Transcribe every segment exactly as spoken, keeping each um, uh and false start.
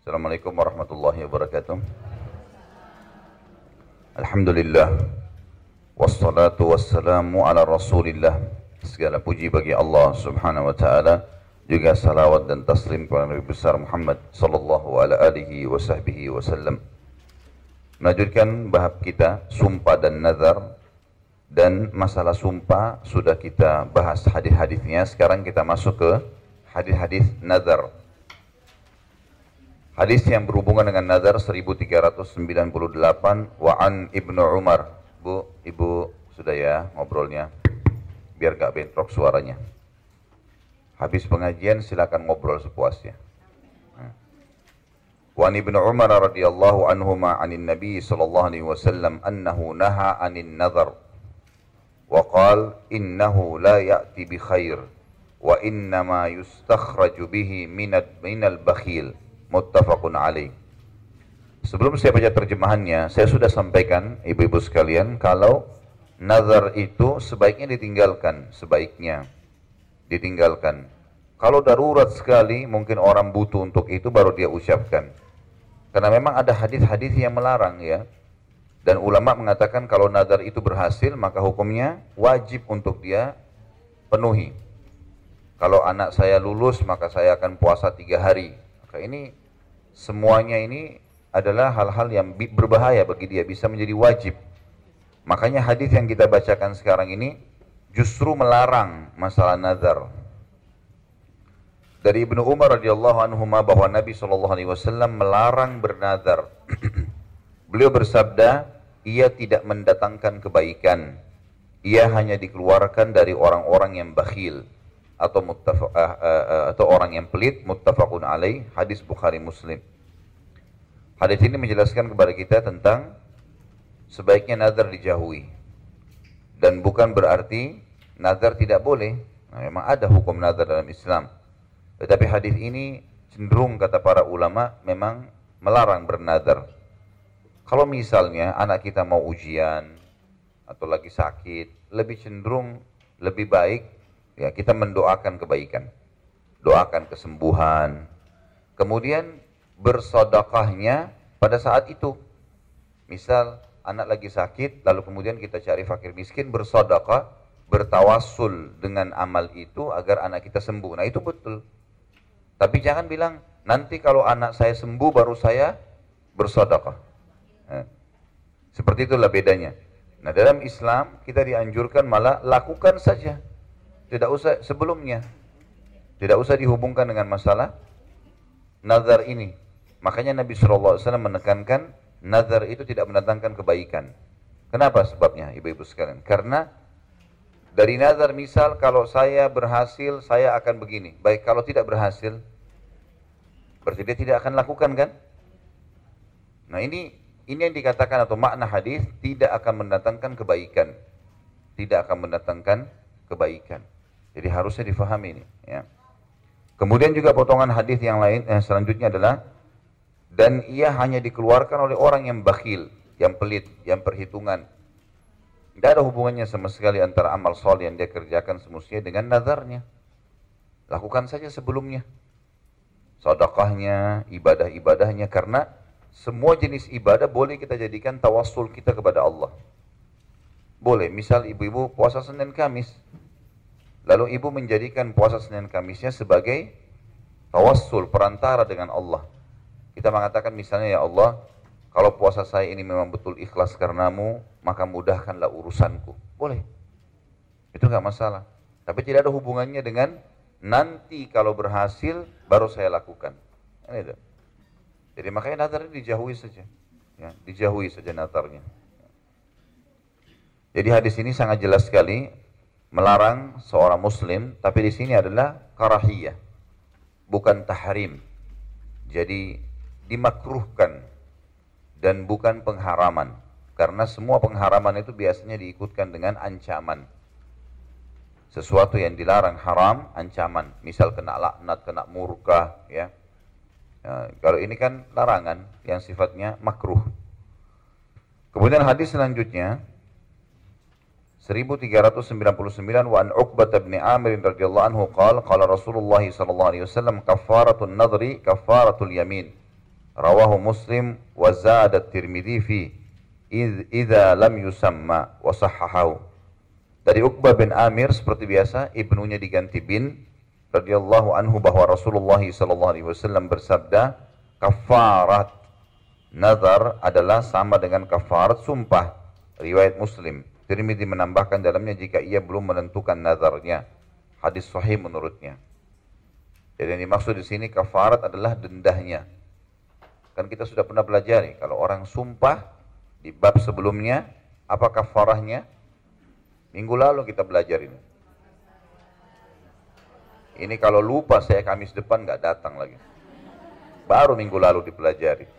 Assalamualaikum warahmatullahi wabarakatuh. Alhamdulillah. Wassalatu wassalamu ala rasulillah. Segala puji bagi Allah subhanahu wa ta'ala. Juga salawat dan taslim kepada Nabi besar Muhammad sallallahu ala alihi wa sahbihi wasallam. Melanjutkan bahas kita sumpah dan nazar. Dan masalah sumpah sudah kita bahas hadis-hadisnya. Sekarang kita masuk ke hadis-hadis nazar. Hadis yang berhubungan dengan nazar seribu tiga ratus sembilan puluh delapan. Wa an Ibnu Umar. Bu, Ibu sudah ya ngobrolnya. Biar gak bentrok suaranya. Habis pengajian silakan ngobrol sepuasnya. Wa an Ibnu Umar radhiyallahu anhuma anin Nabi sallallahu alaihi wasallam annahu naha anin nazar. Wa qala innahu la ya'ti bi khair wa innama yustakhraju bihi minal minal bakhil. Muttafaqun alaih. Sebelum saya baca terjemahannya, saya sudah sampaikan ibu-ibu sekalian kalau nazar itu sebaiknya ditinggalkan, sebaiknya ditinggalkan. Kalau darurat sekali, mungkin orang butuh untuk itu baru dia ucapkan. Karena memang ada hadis-hadis yang melarang ya. Dan ulama mengatakan kalau nazar itu berhasil, maka hukumnya wajib untuk dia penuhi. Kalau anak saya lulus, maka saya akan puasa tiga hari. Maka ini semuanya ini adalah hal-hal yang berbahaya bagi dia, bisa menjadi wajib. Makanya hadis yang kita bacakan sekarang ini justru melarang masalah nazar. Dari Ibnu Umar radhiyallahu anhu bahwa Nabi shallallahu alaihi wasallam melarang bernazar. Beliau bersabda, ia tidak mendatangkan kebaikan. Ia hanya dikeluarkan dari orang-orang yang bakhil. Atau muttafaq, uh, uh, uh, atau orang yang pelit, muttafaqun alaih, hadis Bukhari Muslim. Hadis ini menjelaskan kepada kita tentang sebaiknya nazar dijauhi. Dan bukan berarti nazar tidak boleh. Nah, memang ada hukum nazar dalam Islam. Tetapi hadis ini cenderung kata para ulama memang melarang bernazar. Kalau misalnya anak kita mau ujian atau lagi sakit, lebih cenderung lebih baik ya, kita mendoakan kebaikan, doakan kesembuhan, kemudian bersedekahnya pada saat itu. Misal anak lagi sakit, lalu kemudian kita cari fakir miskin, bersedekah, bertawassul dengan amal itu agar anak kita sembuh. Nah itu betul. Tapi jangan bilang nanti kalau anak saya sembuh baru saya bersedekah. Nah, seperti itulah bedanya. Nah dalam Islam kita dianjurkan malah lakukan saja. Tidak usah sebelumnya. Tidak usah dihubungkan dengan masalah nazar ini. Makanya Nabi shallallahu alaihi wasallam menekankan nazar itu tidak mendatangkan kebaikan. Kenapa sebabnya ibu-ibu sekalian? Karena dari nazar misal kalau saya berhasil saya akan begini. Baik kalau tidak berhasil berarti dia tidak akan lakukan kan? Nah ini ini yang dikatakan atau makna hadis tidak akan mendatangkan kebaikan. Tidak akan mendatangkan kebaikan. Jadi harusnya difahami ini. Ya. Kemudian juga potongan hadis yang lain yang selanjutnya adalah dan ia hanya dikeluarkan oleh orang yang bakhil, yang pelit, yang perhitungan. Tidak ada hubungannya sama sekali antara amal soleh yang dia kerjakan semestinya dengan nazarnya. Lakukan saja sebelumnya. Sedekahnya, ibadah-ibadahnya, karena semua jenis ibadah boleh kita jadikan tawassul kita kepada Allah. Boleh, misal ibu-ibu puasa Senin Kamis. Lalu ibu menjadikan puasa Senin Kamisnya sebagai tawassul, perantara dengan Allah. Kita mengatakan misalnya, ya Allah, kalau puasa saya ini memang betul ikhlas karenamu, maka mudahkanlah urusanku. Boleh. Itu enggak masalah. Tapi tidak ada hubungannya dengan nanti kalau berhasil baru saya lakukan. Ini ada. Jadi makanya nazar ini dijauhi saja. Ya, dijauhi saja nazarnya. Jadi hadis ini sangat jelas sekali melarang seorang muslim, tapi di sini adalah karahiyah, bukan tahrim. Jadi dimakruhkan dan bukan pengharaman. Karena semua pengharaman itu biasanya diikutkan dengan ancaman. Sesuatu yang dilarang haram, ancaman. Misal kena laknat, kena murka, ya. Nah, kalau ini kan larangan yang sifatnya makruh. Kemudian hadis selanjutnya seribu tiga ratus sembilan puluh sembilan wa an Uqbah bin Amir radhiyallahu anhu qala qala Rasulullah sallallahu alaihi wasallam kaffaratul nadri kaffaratul yamin. Rawahu Muslim wa zada Tirmidzi fi idza lam yusamma wa sahhahu. Dari Uqbah bin Amir seperti biasa, ibnunya diganti bin, radhiyallahu anhu, bahwa Rasulullah sallallahu alaihi wasallam bersabda, kafarat nazar adalah sama dengan kafarat sumpah. Riwayat Muslim. Tirmidzi menambahkan dalamnya jika ia belum menentukan nazarnya. Hadis sahih menurutnya. Jadi yang dimaksud di sini kafarat adalah dendahnya. Kan kita sudah pernah pelajari kalau orang sumpah di bab sebelumnya apa kafarahnya? Minggu lalu kita belajar ini. Ini kalau lupa saya Kamis depan nggak datang lagi. Baru minggu lalu dipelajari.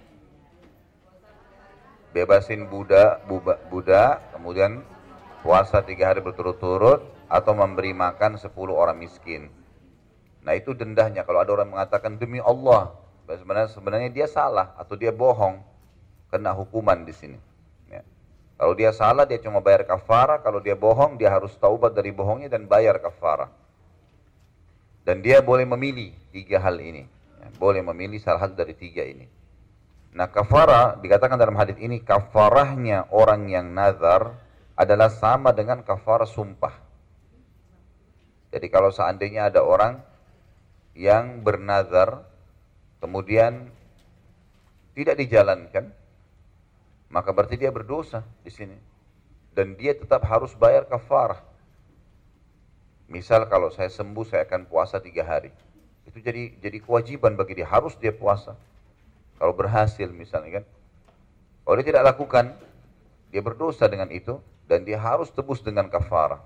Bebasin budak, budak, kemudian puasa tiga hari berturut-turut, atau memberi makan sepuluh orang miskin. Nah itu dendahnya. Kalau ada orang mengatakan demi Allah, sebenarnya sebenarnya dia salah atau dia bohong, kena hukuman di sini. Ya. Kalau dia salah dia cuma bayar kafara, kalau dia bohong dia harus taubat dari bohongnya dan bayar kafara. Dan dia boleh memilih tiga hal ini. Ya, boleh memilih salah satu dari tiga ini. Nah kafara dikatakan dalam hadis ini kafarahnya orang yang nazar adalah sama dengan kafara sumpah. Jadi kalau seandainya ada orang yang bernazar kemudian tidak dijalankan, maka berarti dia berdosa di sini dan dia tetap harus bayar kafarah. Misal kalau saya sembuh saya akan puasa tiga hari, itu jadi jadi kewajiban bagi dia, harus dia puasa. Kalau berhasil misalnya kan, kalau dia tidak lakukan, dia berdosa dengan itu dan dia harus tebus dengan kafarah.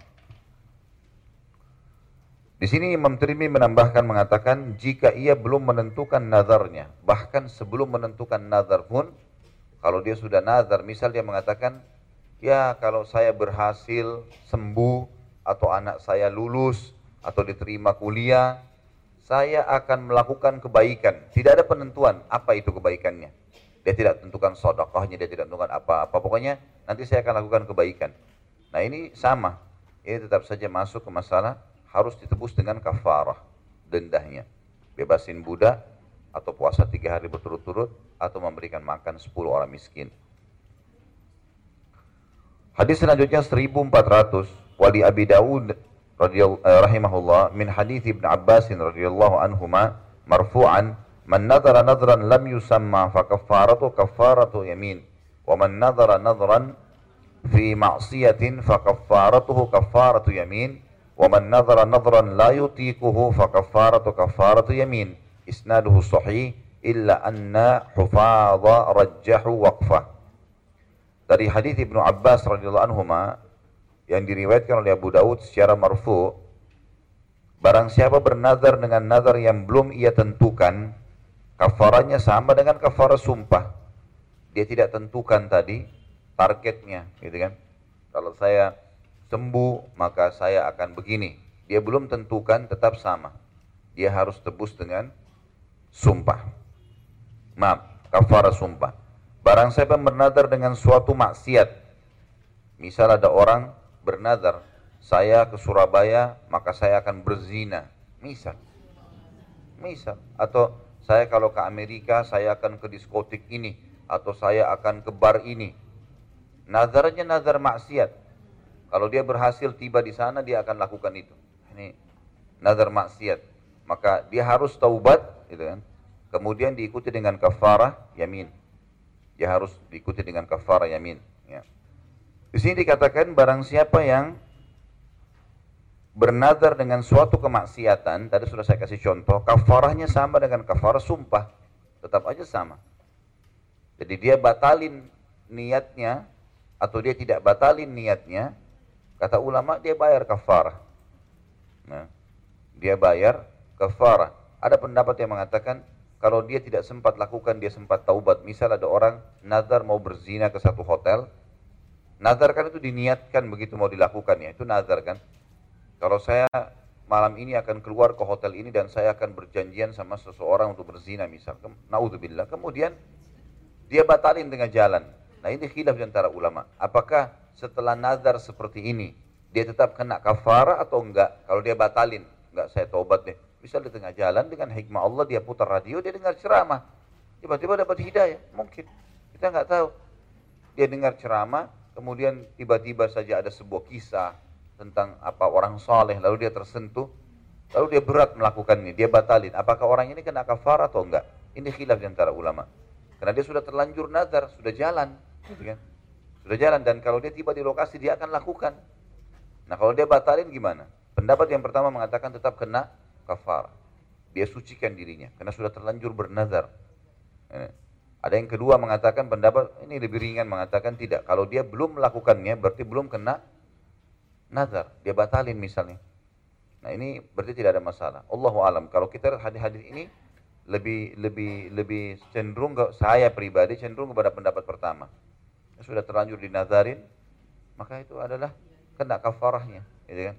Di sini Imam Tirmidzi menambahkan mengatakan jika ia belum menentukan nazarnya, bahkan sebelum menentukan nazar pun, kalau dia sudah nazar, misal dia mengatakan, ya kalau saya berhasil sembuh atau anak saya lulus atau diterima kuliah, saya akan melakukan kebaikan. Tidak ada penentuan apa itu kebaikannya. Dia tidak tentukan sedekahnya, dia tidak tentukan apa-apa. Pokoknya nanti saya akan lakukan kebaikan. Nah ini sama, ini tetap saja masuk ke masalah harus ditebus dengan kafarah, dendahnya. Bebasin budak, atau puasa tiga hari berturut-turut, atau memberikan makan sepuluh orang miskin. Hadis selanjutnya seribu empat ratus, wali Abi Dawud rahimahullah min hadis Ibn Abbas radhiyallahu anhuma marfu'an, man nadhara nadhran lam yusamma fa kaffaratu kaffaratu yamin, wa man nadhara nadhran fi ma'siyatin fa kaffaratuhu kaffaratu yamin, wa man nadhara nadhran la yutiquhu fa kaffaratu kaffaratu yamin. Isnaduhu sahih illa anna hufadha rajjahu waqfah. Dari hadis Ibnu Abbas radhiyallahu anhuma yang diriwayatkan oleh Abu Dawud secara marfu, barang siapa bernazar dengan nazar yang belum ia tentukan, kafaranya sama dengan kafarah sumpah. Dia tidak tentukan tadi targetnya, gitu kan? Kalau saya sembuh maka saya akan begini. Dia belum tentukan, tetap sama. Dia harus tebus dengan sumpah. Maaf, kafarah sumpah. Barang siapa bernazar dengan suatu maksiat, misal ada orang bernazar, saya ke Surabaya maka saya akan berzina, misal, misal, atau saya kalau ke Amerika saya akan ke diskotik ini, atau saya akan ke bar ini. Nazarnya nazar maksiat. Kalau dia berhasil tiba di sana dia akan lakukan itu. Ini nazar maksiat. Maka dia harus taubat, gitu kan? Kemudian diikuti dengan kafarah yamin. Dia harus diikuti dengan kafarah yamin. Ya. Di sini dikatakan barang siapa yang bernazar dengan suatu kemaksiatan, tadi sudah saya kasih contoh, kafarahnya sama dengan kafarah sumpah, tetap aja sama. Jadi dia batalin niatnya atau dia tidak batalin niatnya, kata ulama dia bayar kafarah. Nah, dia bayar kafarah. Ada pendapat yang mengatakan kalau dia tidak sempat lakukan, dia sempat taubat. Misal ada orang nazar mau berzina ke satu hotel. Nazar kan itu diniatkan begitu mau dilakukan ya, itu nazar kan. Kalau saya malam ini akan keluar ke hotel ini dan saya akan berjanjian sama seseorang untuk berzina misal. Naudzubillah. Kemudian dia batalin tengah jalan. Nah ini khilaf di antara ulama. Apakah setelah nazar seperti ini dia tetap kena kafarah atau enggak? Kalau dia batalin, enggak saya taubat deh. Misal di tengah jalan dengan hikmah Allah dia putar radio, dia dengar ceramah. tiba-tiba dapat hidayah, mungkin. Kita nggak tahu. Dia dengar ceramah, kemudian tiba-tiba saja ada sebuah kisah tentang apa orang soleh, lalu dia tersentuh, lalu dia berat melakukannya, dia batalin. Apakah orang ini kena kafar atau enggak? Ini khilaf di antara ulama. Karena dia sudah terlanjur nazar, sudah jalan, gitu kan? Sudah jalan, dan kalau dia tiba di lokasi dia akan lakukan. Nah kalau dia batalin gimana? Pendapat yang pertama mengatakan tetap kena kafar. Dia sucikan dirinya karena sudah terlanjur bernazar. Ada yang kedua mengatakan pendapat ini lebih ringan, mengatakan tidak. Kalau dia belum melakukannya berarti belum kena nazar, dia batalin misalnya. Nah ini berarti tidak ada masalah. Allahu alam. Kalau kita lihat hadis-hadis ini lebih lebih lebih cenderung ke, saya pribadi cenderung kepada pendapat pertama. Sudah terlanjur dinazarin, maka itu adalah kena kafarahnya, gitu kan?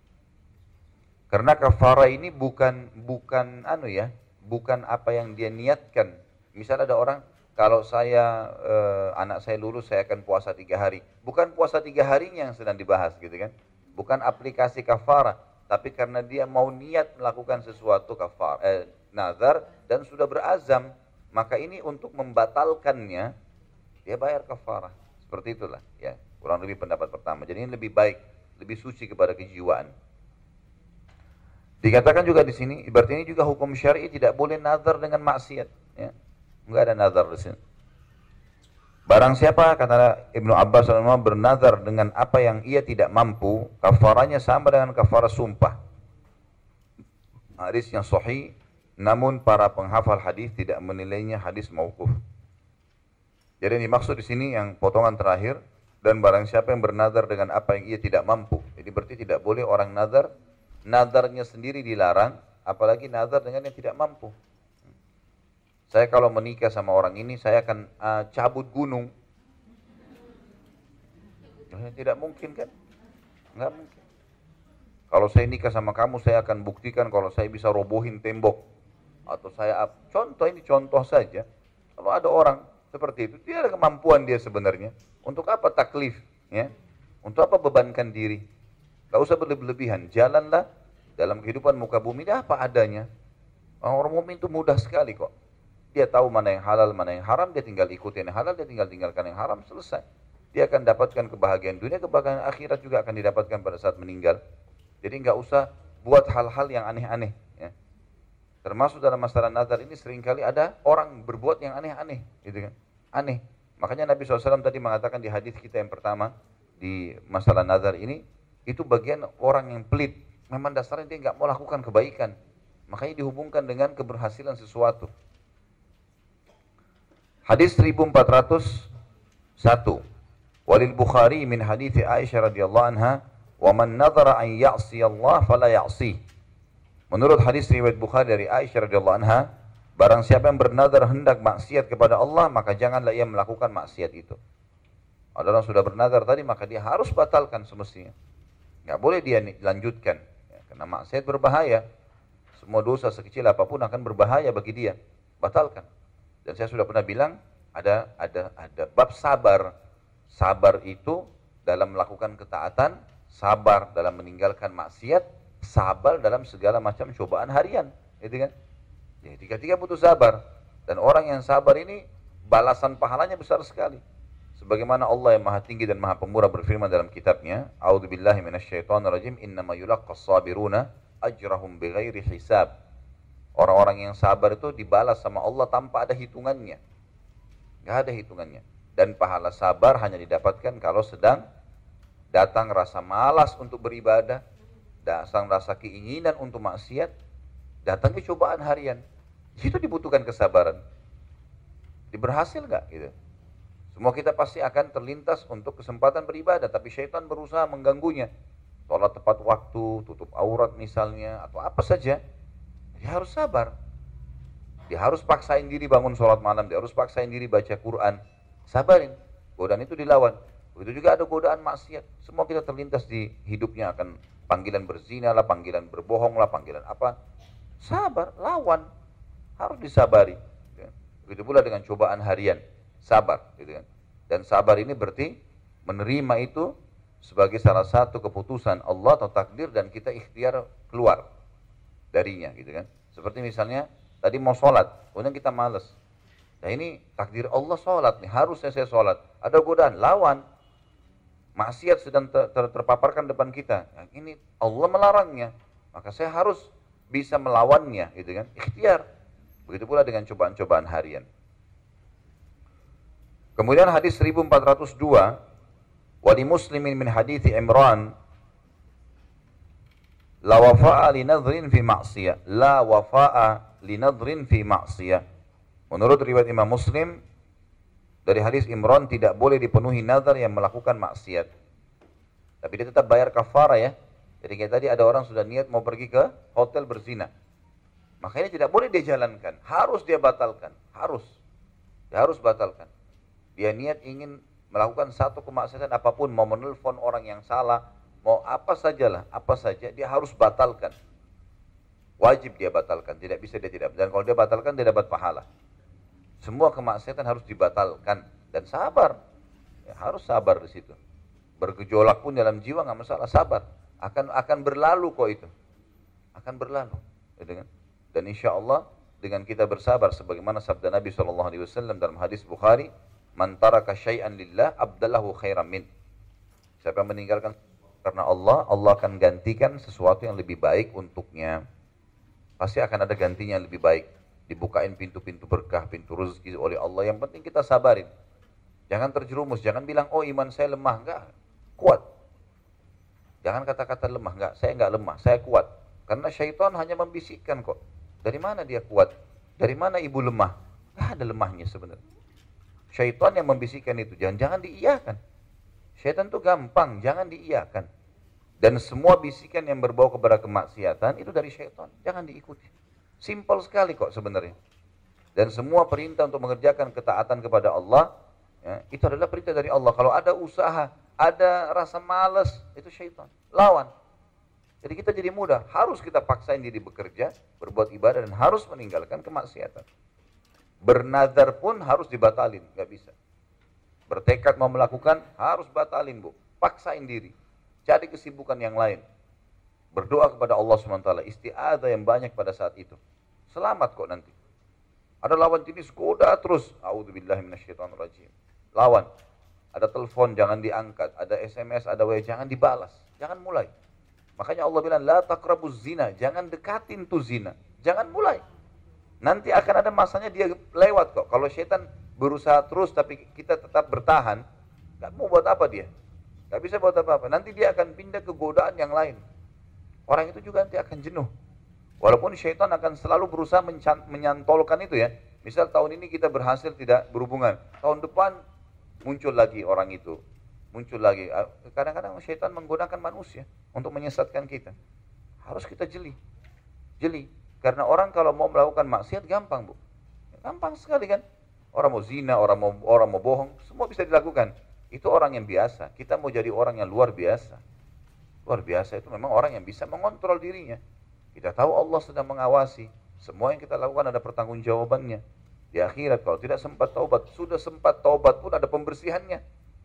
Karena kafarah ini bukan bukan anu ya, bukan apa yang dia niatkan. Misal ada orang, kalau saya eh, anak saya lulus saya akan puasa tiga hari. Bukan puasa tiga harinya yang sedang dibahas, gitu kan? Bukan aplikasi kafarah, tapi karena dia mau niat melakukan sesuatu kafar, eh, nazar dan sudah berazam, maka ini untuk membatalkannya dia bayar kafarah. Seperti itulah, ya. Kurang lebih pendapat pertama. Jadi ini lebih baik, lebih suci kepada kejiwaan. Dikatakan juga di sini, berarti ini juga hukum syar'i tidak boleh nazar dengan maksiat, ya. Enggak ada nazar di sini. Barang siapa, kata Ibnu Abbas radhiyallahu anhu, bernazar dengan apa yang ia tidak mampu, kafaranya sama dengan kafarah sumpah. Hadis yang sahih, namun para penghafal hadis tidak menilainya hadis mauquf. Jadi yang dimaksud di sini yang potongan terakhir, dan barang siapa yang bernazar dengan apa yang ia tidak mampu. Jadi berarti tidak boleh orang nazar, nazarnya sendiri dilarang, apalagi nazar dengan yang tidak mampu. Saya kalau menikah sama orang ini, saya akan uh, cabut gunung. Ya, tidak mungkin kan? Enggak mungkin. Kalau saya nikah sama kamu, saya akan buktikan kalau saya bisa robohin tembok. Atau saya, contoh ini contoh saja. Kalau ada orang seperti itu, dia ada kemampuan dia sebenarnya. Untuk apa taklif? Ya? Untuk apa bebankan diri? Gak usah berlebihan. Jalanlah dalam kehidupan muka bumi, ini apa adanya. Orang mukmin itu mudah sekali kok. Dia tahu mana yang halal, mana yang haram, dia tinggal ikutin yang halal, dia tinggal tinggalkan yang haram, selesai. Dia akan dapatkan kebahagiaan dunia, kebahagiaan akhirat juga akan didapatkan pada saat meninggal. Jadi nggak usah buat hal-hal yang aneh-aneh. Ya. Termasuk dalam masalah nazar ini seringkali ada orang berbuat yang aneh-aneh, gitu kan? Aneh. Makanya Nabi shallallahu alaihi wasallam tadi mengatakan di hadis kita yang pertama di masalah nazar ini, itu bagian orang yang pelit. Memang dasarnya dia nggak mau lakukan kebaikan, makanya dihubungkan dengan keberhasilan sesuatu. Hadis seribu empat ratus satu. Walil Bukhari min hadits Aisyah radhiyallahu anha, "Wa man nadhara an ya'si Allah fala ya'si." Menurut hadis riwayat Bukhari dari Aisyah radhiyallahu anha, barang siapa yang bernazar hendak maksiat kepada Allah, maka janganlah ia melakukan maksiat itu. Ada orang sudah bernazar tadi, maka dia harus batalkan semestinya. Enggak boleh dia lanjutkan, ya, karena maksiat berbahaya. Semua dosa sekecil apapun akan berbahaya bagi dia. Batalkan. Dan saya sudah pernah bilang, ada ada ada bab sabar. Sabar itu dalam melakukan ketaatan, sabar dalam meninggalkan maksiat, sabar dalam segala macam cobaan harian, gitu kan? Jadi tiga-tiga butuh sabar. Dan orang yang sabar ini balasan pahalanya besar sekali. Sebagaimana Allah yang Maha Tinggi dan Maha Pemurah berfirman dalam kitabnya, A'udzubillahi minasyaitonirrajim, innama yulaqqas sabiruna ajrahum bighairi hisab. Orang-orang yang sabar itu dibalas sama Allah tanpa ada hitungannya. Gak ada hitungannya. Dan pahala sabar hanya didapatkan kalau sedang datang rasa malas untuk beribadah, datang rasa keinginan untuk maksiat, datangnya cobaan harian. Di situ dibutuhkan kesabaran. Diberhasil gak? Gitu. Semua kita pasti akan terlintas untuk kesempatan beribadah, tapi syaitan berusaha mengganggunya. Sholat tepat waktu, tutup aurat misalnya, atau apa saja. Dia harus sabar. Dia harus paksain diri bangun sholat malam. Dia harus paksain diri baca Quran. Sabarin. Godaan itu dilawan. Begitu juga ada godaan maksiat. Semua kita terlintas di hidupnya akan panggilan berzina lah, panggilan berbohong lah, panggilan apa. Sabar, lawan. Harus disabari. Begitu pula dengan cobaan harian. Sabar. Gitu kan. Dan sabar ini berarti menerima itu sebagai salah satu keputusan Allah atau takdir, dan kita ikhtiar keluar darinya, gitu kan. Seperti misalnya tadi mau sholat, kemudian kita malas, Nah ini takdir Allah sholat nih, harusnya saya sholat. Ada godaan, lawan. Maksiat sedang ter ter terpaparkan depan kita. Nah, ini Allah melarangnya. Maka saya harus bisa melawannya, gitu kan? Ikhtiar. Begitu pula dengan cobaan-cobaan harian. Kemudian hadis seribu empat ratus dua, wali muslimin min hadithi Imran, la wafa'a li nadhrin fi ma'siyah, la wafa'a li nadhrin fi ma'siyah. Menurut riwayat Imam Muslim, dari hadis Imran tidak boleh dipenuhi nazar yang melakukan maksiat. Tapi dia tetap bayar kafara ya. Jadi kayak tadi ada orang sudah niat mau pergi ke hotel berzina. Makanya tidak boleh dia jalankan. Harus dia batalkan. Harus. Dia harus batalkan. Dia niat ingin melakukan satu kemaksiatan apapun. Mau menelpon orang yang salah. Mau apa sajalah. Apa saja. Dia harus batalkan. Wajib dia batalkan. Tidak bisa dia tidak. Dan kalau dia batalkan dia dapat pahala. Semua kemaksiatan harus dibatalkan dan sabar. Ya, harus sabar di situ. Bergejolak pun dalam jiwa nggak masalah, sabar. Akan akan berlalu kok itu. Akan berlalu. Ya, dan insya Allah dengan kita bersabar, sebagaimana sabda Nabi shallallahu alaihi wasallam dalam hadis Bukhari, "Man taraka syai'an lillah abdallahu khairan min." Siapa yang meninggalkan karena Allah, Allah akan gantikan sesuatu yang lebih baik untuknya. Pasti akan ada gantinya yang lebih baik. Dibukain pintu-pintu berkah, pintu rezeki oleh Allah. Yang penting kita sabarin. Jangan terjerumus, jangan bilang, oh iman saya lemah. Enggak, kuat. Jangan kata-kata lemah, enggak, saya enggak lemah, saya kuat. Karena syaitan hanya membisikkan kok. Dari mana dia kuat? Dari mana ibu lemah? Enggak ada lemahnya sebenarnya. Syaitan yang membisikkan itu, jangan-jangan diiyakan. Syaitan itu gampang, jangan diiyakan. Dan semua bisikan yang berbau kepada kemaksiatan itu dari syaitan, jangan diikuti. Simpel sekali kok sebenarnya. Dan semua perintah untuk mengerjakan ketaatan kepada Allah, ya, itu adalah perintah dari Allah. Kalau ada usaha, ada rasa malas, itu syaitan. Lawan. Jadi kita jadi mudah. Harus kita paksain diri bekerja, berbuat ibadah, dan harus meninggalkan kemaksiatan. Bernazar pun harus dibatalin, nggak bisa. Bertekad mau melakukan, harus batalin bu. Paksain diri. Cari kesibukan yang lain. Berdoa kepada Allah subhanahu wa taala, isti'adzah yang banyak pada saat itu. Selamat kok nanti. Ada lawan jenis goda terus. A'udzubillahi minasyaitonirrajim. Lawan. Ada telepon jangan diangkat, ada S M S, ada W A jangan dibalas. Jangan mulai. Makanya Allah bilang la taqrabuz zina, jangan dekatin tuh zina. Jangan mulai. Nanti akan ada masanya dia lewat kok. Kalau syaitan berusaha terus tapi kita tetap bertahan, enggak mau buat apa dia? Enggak bisa buat apa-apa. Nanti dia akan pindah ke godaan yang lain. Orang itu juga nanti akan jenuh. Walaupun syaitan akan selalu berusaha menyantolkan itu ya. Misal tahun ini kita berhasil tidak berhubungan. Tahun depan muncul lagi orang itu. Muncul lagi. Kadang-kadang syaitan menggunakan manusia untuk menyesatkan kita. Harus kita jeli. Jeli. Karena orang kalau mau melakukan maksiat gampang bu. Gampang sekali kan. Orang mau zina, orang mau, orang mau bohong. Semua bisa dilakukan. Itu orang yang biasa. Kita mau jadi orang yang luar biasa. Luar biasa itu memang orang yang bisa mengontrol dirinya. Kita tahu Allah sedang mengawasi. Semua yang kita lakukan ada pertanggungjawabannya. Di akhirat kalau tidak sempat taubat, sudah sempat taubat pun ada pembersihannya.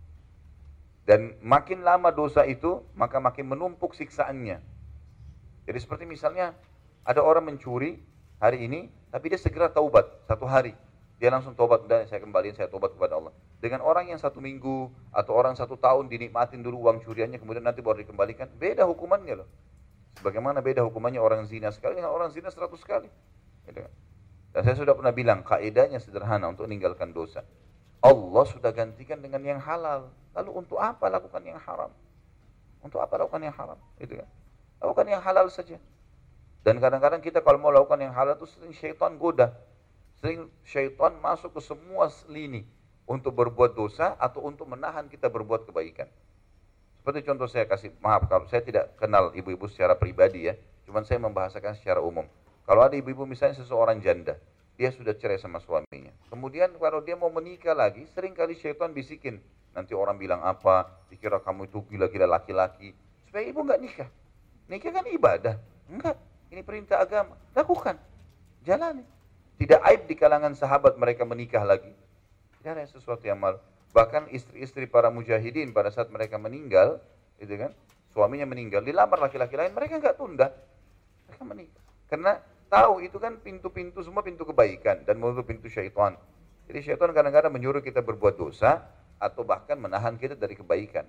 Dan makin lama dosa itu, maka makin menumpuk siksaannya. Jadi seperti misalnya ada orang mencuri hari ini, tapi dia segera taubat satu hari. Dia langsung taubat, dan saya kembaliin, saya taubat kepada Allah. Dengan orang yang satu minggu atau orang satu tahun dinikmatin dulu uang curiannya, kemudian nanti baru dikembalikan, beda hukumannya loh. Sebagaimana beda hukumannya orang zina sekali dengan orang zina seratus kali. Dan saya sudah pernah bilang, kaidahnya sederhana untuk meninggalkan dosa. Allah sudah gantikan dengan yang halal. Lalu untuk apa lakukan yang haram? Untuk apa lakukan yang haram? Itu kan. Lakukan yang halal saja. Dan kadang-kadang kita kalau mau lakukan yang halal itu sering syaitan goda. Sering syaitan masuk ke semua lini untuk berbuat dosa atau untuk menahan kita berbuat kebaikan. Seperti contoh saya kasih, maaf kalau saya tidak kenal ibu-ibu secara pribadi ya, cuman saya membahasakan secara umum. Kalau ada ibu-ibu misalnya seseorang janda, dia sudah cerai sama suaminya. Kemudian kalau dia mau menikah lagi, sering kali syaitan bisikin, nanti orang bilang apa, dikira kamu itu gila-gila laki-laki, supaya ibu nggak nikah. Nikah kan ibadah, enggak, ini perintah agama, lakukan, jalani. Tidak aib di kalangan sahabat mereka menikah lagi. Tidak ada sesuatu yang malu. Bahkan istri-istri para mujahidin pada saat mereka meninggal, itu kan, suaminya meninggal, dilamar laki-laki lain, mereka nggak tunda, mereka menikah. Karena tahu itu kan pintu-pintu semua pintu kebaikan dan menutup pintu syaitan. Jadi syaitan kadang-kadang menyuruh kita berbuat dosa atau bahkan menahan kita dari kebaikan.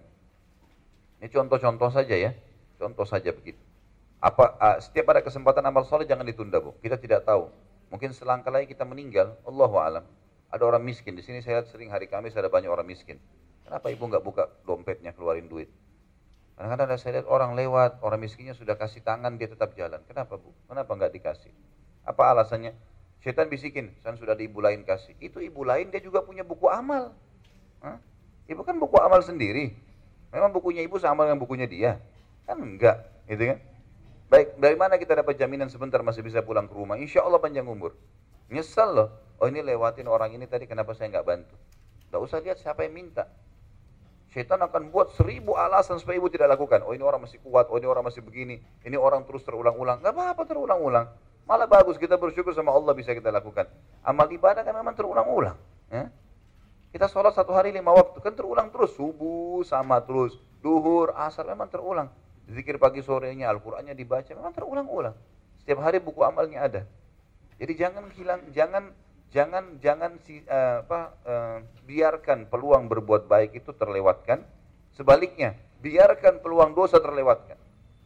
Ini contoh-contoh saja ya, contoh saja begitu. Apa uh, setiap ada kesempatan amal soleh jangan ditunda, Bu. Kita tidak tahu. Mungkin selangkah lagi kita meninggal, Allahu a'lam. Ada orang miskin di sini, saya lihat sering hari Kamis ada banyak orang miskin. Kenapa ibu nggak buka dompetnya keluarin duit? Kadang-kadang ada saya lihat orang lewat, orang miskinnya sudah kasih tangan dia tetap jalan. Kenapa, Bu? Kenapa nggak dikasih? Apa alasannya? Syaitan bisikin, saya sudah ada ibu lain kasih. Itu ibu lain dia juga punya buku amal. Hah? Ibu kan buku amal sendiri. Memang bukunya ibu sama dengan bukunya dia? Kan enggak, gitu kan? Baik, dari mana kita dapat jaminan sebentar masih bisa pulang ke rumah? Insya Allah panjang umur. Nyesal loh, oh ini lewatin orang ini tadi kenapa saya nggak bantu? Nggak usah lihat siapa yang minta. Syaitan akan buat seribu alasan supaya ibu tidak lakukan. Oh ini orang masih kuat, oh ini orang masih begini, ini orang terus terulang-ulang. Nggak apa-apa terulang-ulang. Malah bagus, kita bersyukur sama Allah bisa kita lakukan. Amal ibadah kan memang terulang-ulang. Ya? Kita sholat satu hari lima waktu, kan terulang terus. Subuh sama terus, duhur, asar memang terulang. Zikir pagi sorenya, Al-Qur'annya dibaca, memang terulang-ulang. Setiap hari buku amalnya ada. Jadi jangan hilang, jangan jangan jangan si, uh, apa, uh, biarkan peluang berbuat baik itu terlewatkan. Sebaliknya, biarkan peluang dosa terlewatkan.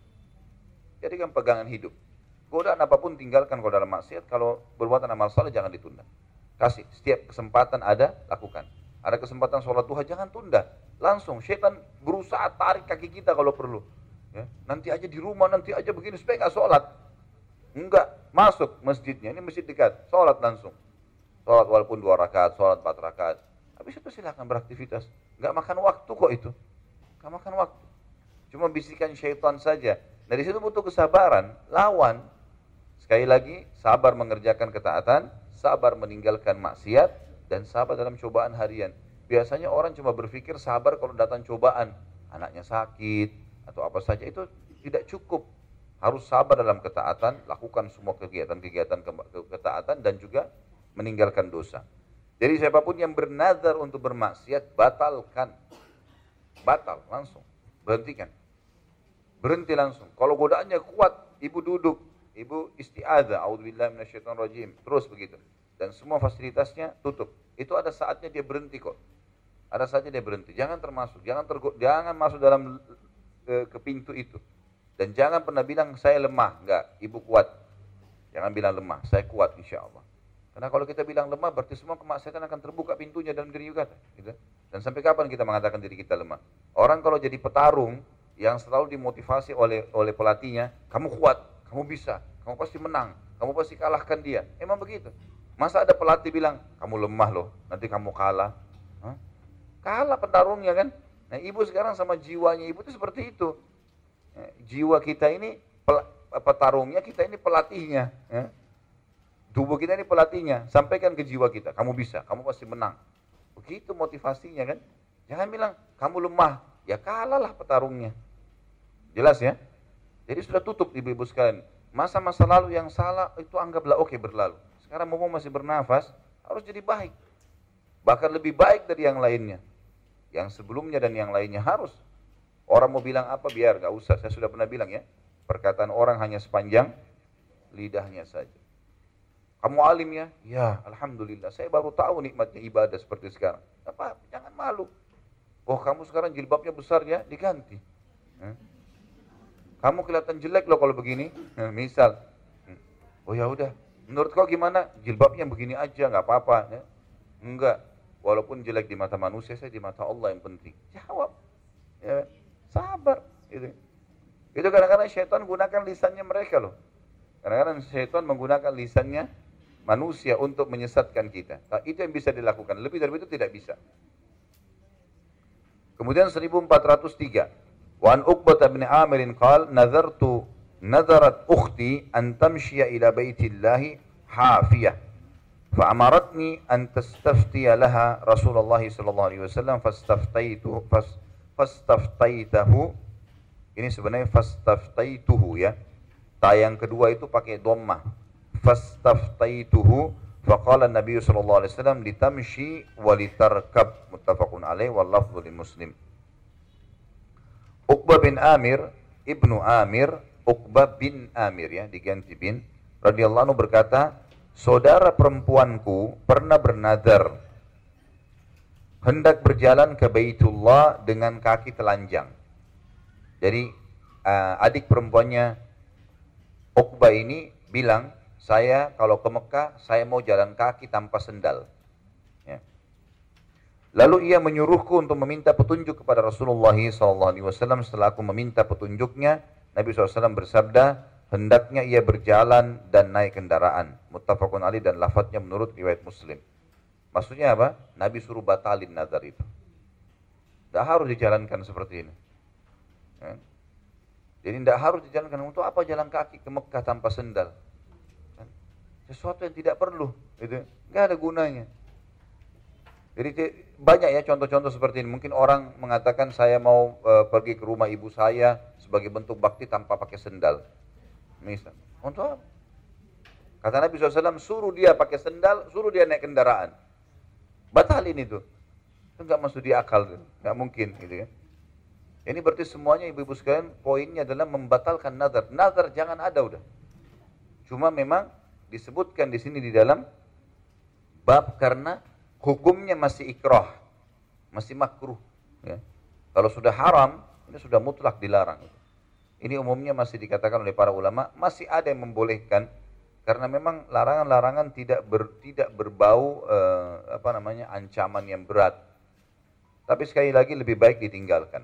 Jadikan pegangan hidup. Godaan apapun tinggalkan kalau dalam maksiat, kalau perbuatan amal saleh jangan ditunda. Kasih, setiap kesempatan ada, lakukan. Ada kesempatan sholat duha, jangan tunda. Langsung, syaitan berusaha tarik kaki kita kalau perlu. Ya, nanti aja di rumah, nanti aja begini supaya nggak sholat. Enggak, masuk masjidnya, ini masjid dekat, sholat langsung. Sholat walaupun dua rakaat, sholat empat rakaat. Habis itu silakan beraktivitas. Nggak makan waktu kok itu. Nggak makan waktu. Cuma bisikan syaitan saja. Dari situ butuh kesabaran, lawan. Sekali lagi, sabar mengerjakan ketaatan, sabar meninggalkan maksiat, dan sabar dalam cobaan harian. Biasanya orang cuma berpikir sabar kalau datang cobaan. Anaknya sakit, atau apa saja, itu tidak cukup. Harus sabar dalam ketaatan, lakukan semua kegiatan-kegiatan ketaatan dan juga meninggalkan dosa. Jadi siapapun yang bernazar untuk bermaksiat, batalkan. Batal langsung, berhentikan. Berhenti langsung. Kalau godaannya kuat, ibu duduk, ibu isti'adzah, a'udzubillahi minasyaitonirrajim, terus begitu. Dan semua fasilitasnya tutup. Itu ada saatnya dia berhenti kok. Ada saatnya dia berhenti. Jangan termasuk, jangan tergo, jangan masuk dalam Ke, ke pintu itu. Dan jangan pernah bilang saya lemah, enggak, ibu kuat. Jangan bilang lemah, saya kuat insya Allah. Karena kalau kita bilang lemah berarti semua kemaksiatan akan terbuka pintunya dalam diri kita, gitu. Dan sampai kapan kita mengatakan diri kita lemah? Orang kalau jadi petarung yang selalu dimotivasi oleh oleh pelatihnya, kamu kuat, kamu bisa, kamu pasti menang, kamu pasti kalahkan dia. Emang begitu. Masa ada pelatih bilang kamu lemah loh, nanti kamu kalah. Hah? Kalah petarungnya kan? Nah ibu sekarang sama jiwanya ibu itu seperti itu. Jiwa kita ini petarungnya, kita ini pelatihnya. Tubuh kita ini pelatihnya. Sampaikan ke jiwa kita, kamu bisa, kamu pasti menang. Begitu motivasinya kan. Jangan bilang, kamu lemah. Ya kalahlah petarungnya. Jelas ya? Jadi sudah tutup ibu-ibu sekalian. Masa-masa lalu yang salah itu anggaplah oke berlalu. Sekarang mau masih bernafas, harus jadi baik. Bahkan lebih baik dari yang lainnya. Yang sebelumnya dan yang lainnya harus. Orang mau bilang apa biar, gak usah. Saya sudah pernah bilang ya, perkataan orang hanya sepanjang lidahnya saja. Kamu alim ya? Ya, alhamdulillah. Saya baru tahu nikmatnya ibadah seperti sekarang. Apa? Jangan malu. Oh, kamu sekarang jilbabnya besar ya, diganti. Kamu kelihatan jelek loh kalau begini. Misal, oh ya udah. Menurut kau gimana? Jilbabnya begini aja, nggak apa-apa. Ya. Enggak. Walaupun jelek di mata manusia, saya di mata Allah yang penting. Jawab. Ya, sabar. Itu. Itu kadang-kadang syaitan gunakan lisannya mereka loh. Kadang-kadang syaitan menggunakan lisannya manusia untuk menyesatkan kita. Nah, itu yang bisa dilakukan. Lebih dari itu tidak bisa. Kemudian seribu empat ratus tiga. Wa an Uqbah bin Amir qala nazartu nazarat ukhti an tamshiya ila baitillahi hafiyah. فأمرتني أن تستفتي لها رسول الله صلى الله عليه وسلم فاستفتيته فاستفتيته ini sebenarnya fastaftaituhu ya. Ta yang kedua itu pakai dhammah. Fastaftaituhu faqala an-nabiy sallallahu alaihi wasallam litamshi wa litarkab muttafaqun alaih wal lafdhu li Muslim. Uqbah bin Amir, Ibnu Amir, Uqbah bin Amir ya, diganti bin, radhiyallahu anhu berkata, saudara perempuanku pernah bernazar hendak berjalan ke Baitullah dengan kaki telanjang. Jadi uh, adik perempuannya Uqbah ini bilang, saya kalau ke Mekah, saya mau jalan kaki tanpa sendal. Ya. Lalu ia menyuruhku untuk meminta petunjuk kepada Rasulullah shallallahu alaihi wasallam. Setelah aku meminta petunjuknya, Nabi shallallahu alaihi wasallam bersabda, hendaknya ia berjalan dan naik kendaraan. Muttafaqun alaih, dan lafadznya menurut riwayat Muslim. Maksudnya apa? Nabi suruh batalin nazar itu. Tidak harus dijalankan seperti ini. Ya. Jadi tidak harus dijalankan. Untuk apa jalan kaki ke Mekah tanpa sendal? Sesuatu yang tidak perlu, gitu. Nggak ada gunanya. Jadi banyak ya contoh-contoh seperti ini. Mungkin orang mengatakan saya mau e, pergi ke rumah ibu saya sebagai bentuk bakti tanpa pakai sendal. Misal, untuk apa? Kata Nabi shallallahu alaihi wasallam, suruh dia pakai sendal, suruh dia naik kendaraan. Batalin itu. Itu nggak masuk di akal, nggak mungkin, gitu kan? Ini berarti semuanya ibu-ibu sekalian, poinnya adalah membatalkan nazar. Nazar jangan ada udah. Cuma memang disebutkan di sini di dalam bab karena hukumnya masih ikrah, masih makruh. Ya. Kalau sudah haram, ini sudah mutlak dilarang. Ini umumnya masih dikatakan oleh para ulama, masih ada yang membolehkan karena memang larangan-larangan tidak ber, tidak berbau eh, apa namanya ancaman yang berat. Tapi sekali lagi lebih baik ditinggalkan.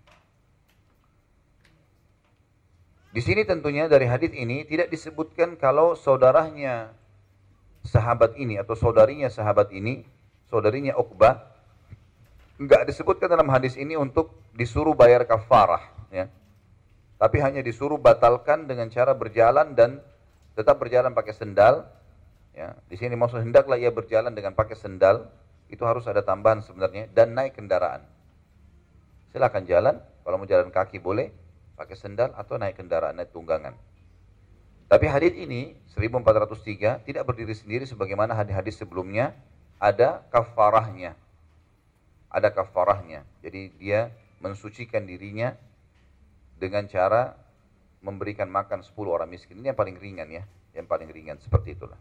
Di sini tentunya dari hadis ini tidak disebutkan kalau saudaranya sahabat ini atau saudarinya sahabat ini, saudarinya Uqbah, enggak disebutkan dalam hadis ini untuk disuruh bayar kafarah, ya. Tapi hanya disuruh batalkan dengan cara berjalan dan tetap berjalan pakai sendal, ya. Di sini maksud hendaklah ia berjalan dengan pakai sendal, itu harus ada tambahan sebenarnya, dan naik kendaraan. Silakan jalan, kalau mau jalan kaki boleh, pakai sendal atau naik kendaraan, naik tunggangan. Tapi hadis ini seribu empat ratus tiga tidak berdiri sendiri sebagaimana hadis-hadis sebelumnya, ada kafarahnya. Ada kafarahnya. Jadi dia mensucikan dirinya dengan cara memberikan makan sepuluh orang miskin. Ini yang paling ringan ya, yang paling ringan seperti itulah.